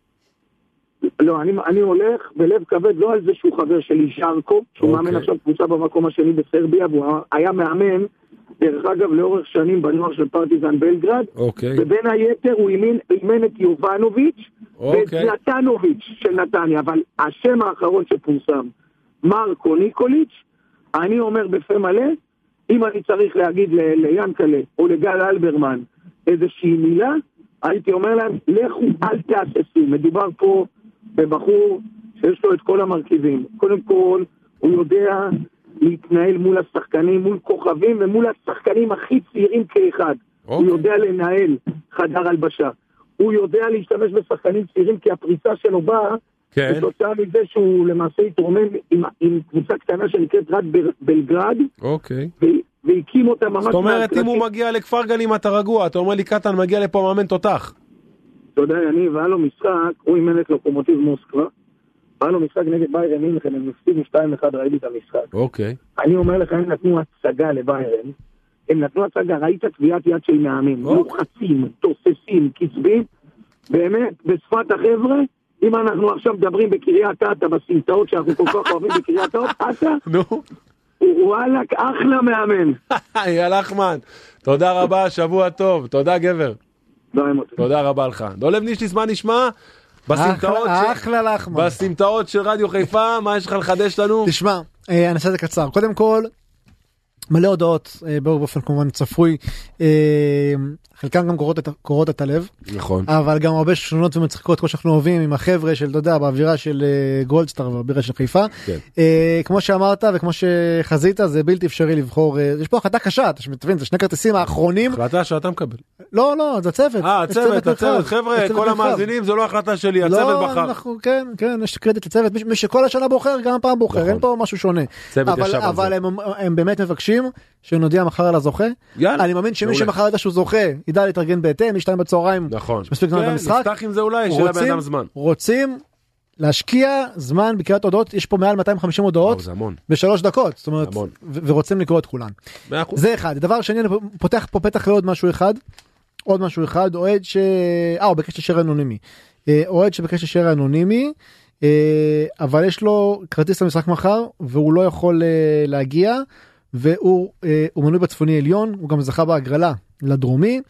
לא, אני, אני הולך בלב כבד, לא על זה שהוא חבר שלי זרקו, שהוא מאמן עכשיו קבוצה במקום השני בסרביה, והוא היה מאמן, דרך אגב, לאורך שנים בנוער של פרטיזן בלגרד, אוקיי. ובין היתר הוא אימן, אימן את יובנוביץ' ואת זלטנוביץ' של נתניה, אבל השם האחרון שפורסם, מרקו ניקוליץ', אני אומר בפה מלא, אם אני צריך להגיד ל- ליאנקלה או לגל אלברמן איזושהי מילה, הייתי אומר להם, לכו אל תעשסו, מדובר פה בבחור שיש לו את כל המרכיבים. קודם כל, הוא יודע להתנהל מול השחקנים, מול כוכבים ומול השחקנים הכי צעירים כאחד. Okay. הוא יודע לנהל חדר הלבשה. הוא יודע להשתמש בשחקנים צעירים כי הפריצה שלו באה כן. בתוצאה מזה שהוא למעשה התרומם עם, עם קבוצה קטנה שנקראת רד בלגרד. אוקיי. Okay. והקים אותה ממש... זאת אומרת, אם הוא מגיע לכפר גלים אתה רגוע, אתה אומר לי קטן מגיע לפה מאמן תותח. אתה יודע, אני והיה לו משחק, הוא אימן את לוקומוטיב מוסקבה, היה לו משחק נגד ביירן מינכן, הם נפסידו שתיים אחד, ראיתי את המשחק. אוקיי. אני אומר לך, הם נתנו הצגה לביירן, הם נתנו הצגה, ראית טביעת יד של מאמנים, לוחצים, תוססים, קצבים, באמת, בשפת החבר'ה, אם אנחנו עכשיו מדברים בקריית אתא, בסמטאות שאנחנו כל כך אוהבים בקריית אתא, נו. וואלק, אחלה מאמן. יאללה אחמן, תודה רבה, שבוע טוב, תודה גבר. תודה רבה לך. דולב נישטיס, מה נשמע? אחלה לחמן. בסמטאות של רדיו חיפה, מה יש לך לחדש לנו? תשמע, אני אעשה את זה קצר. קודם כל, מלא הודעות, באופן כמובן צפוי, חלקן גם קורות את הלב. נכון. אבל גם הרבה שונות ומצחיקות, כמו שאנחנו אוהבים עם החבר'ה של, אתה יודע, באווירה של גולדסטאר ובאווירה של חיפה. כמו שאמרת וכמו שחזית, זה בלתי אפשרי לבחור, יש פה החלטה קשה, אתה מבין, זה שני כרטיסים האחרונים. החלטה שאתה מקבל. לא, לא, זה צוות. אה, הצוות, הצוות, חבר'ה, כל המאזינים, זה לא החלטה שלי, הצוות בחר. לא, כן, כן, יש קרדיט לצוות, מי שכל השנה בוחר, גם הפעם בוחר, אין פה משהו שונה. אבל הם באמת מבקשים שנודיע מחר על הזוכה. אני מאמין שמי שמחר ידע שהוא זוכה, ידע להתארגן בהתאם, משתיים בצהריים. נכון. מספיק זמן במשחק. נפתח עם זה אולי, שאלה בן אדם זמן. רוצים להשקיע זמן בקריאת הודעות, יש פה מעל מאתיים וחמישים הודעות בשלוש דקות, זאת אומרת, ורוצים לקרוא את כולן. זה אחד. דבר שני, אני פותח פה פתח לעוד משהו אחד, עוד משהו אחד, אוהד ש... אה, הוא בקש לשיר אנונימי. אוהד שבקש לשיר אנונימי, אבל יש לו כרטיס למשחק מחר, והוא לא יכול להגיע, והוא מנוי בצפוני עליון, הוא גם זכה בהגרלה לדרומי,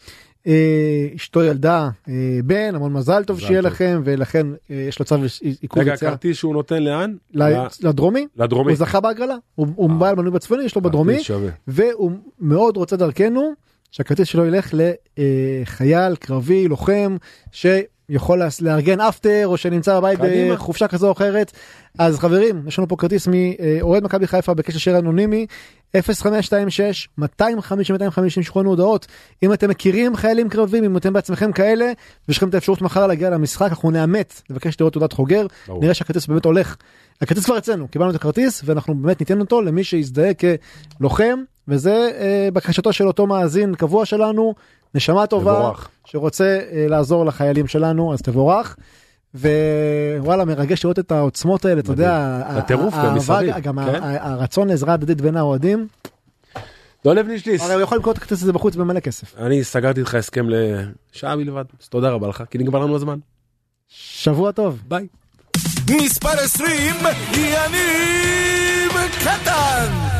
אשתו ילדה בן, המון מזל טוב שיהיה לכם, ולכן יש לו צו עיכוב יציאה. רגע, הכרטיס שהוא נותן לאן? לדרומי. לדרומי. הוא זכה בהגרלה, הוא בעל מנוי בצפוני, יש לו בדרומי, והוא מאוד רוצה דרכנו, שהכרטיס שלו ילך לחייל, קרבי, לוחם, שיכול לארגן אפטר, או שנמצא בבית בחופשה כזו או אחרת. אז חברים, יש לנו פה כרטיס מאוהד מכבי חיפה בקשר שיר אנונימי, אפס חמש שתיים שש מאתיים חמישים מאתיים חמישים שכונו הודעות. אם אתם מכירים חיילים קרבים, אם אתם בעצמכם כאלה, ויש לכם את האפשרות מחר להגיע למשחק, אנחנו נאמת, נבקש לראות תעודת חוגר, נראה שהכרטיס באמת הולך. הכרטיס כבר אצלנו, קיבלנו את הכרטיס, ואנחנו באמת ניתן אותו למי שיזדהה כלוחם, וזה אה, בקשתו של אותו מאזין קבוע שלנו, נשמה טובה, תבורך. שרוצה אה, לעזור לחיילים שלנו, אז תבורך. ווואלה, מרגש לראות את העוצמות האלה, אתה יודע, הטירוף גם מסביב, גם הרצון לעזרה הדדית בין האוהדים. דולב נישטיס. הרי הוא יכול לקרוא את הכרטיס הזה בחוץ במלא כסף. אני סגרתי איתך הסכם לשעה בלבד, אז תודה רבה לך, כי נגמר לנו הזמן. שבוע טוב. ביי. מספר עשרים, יניב קטן.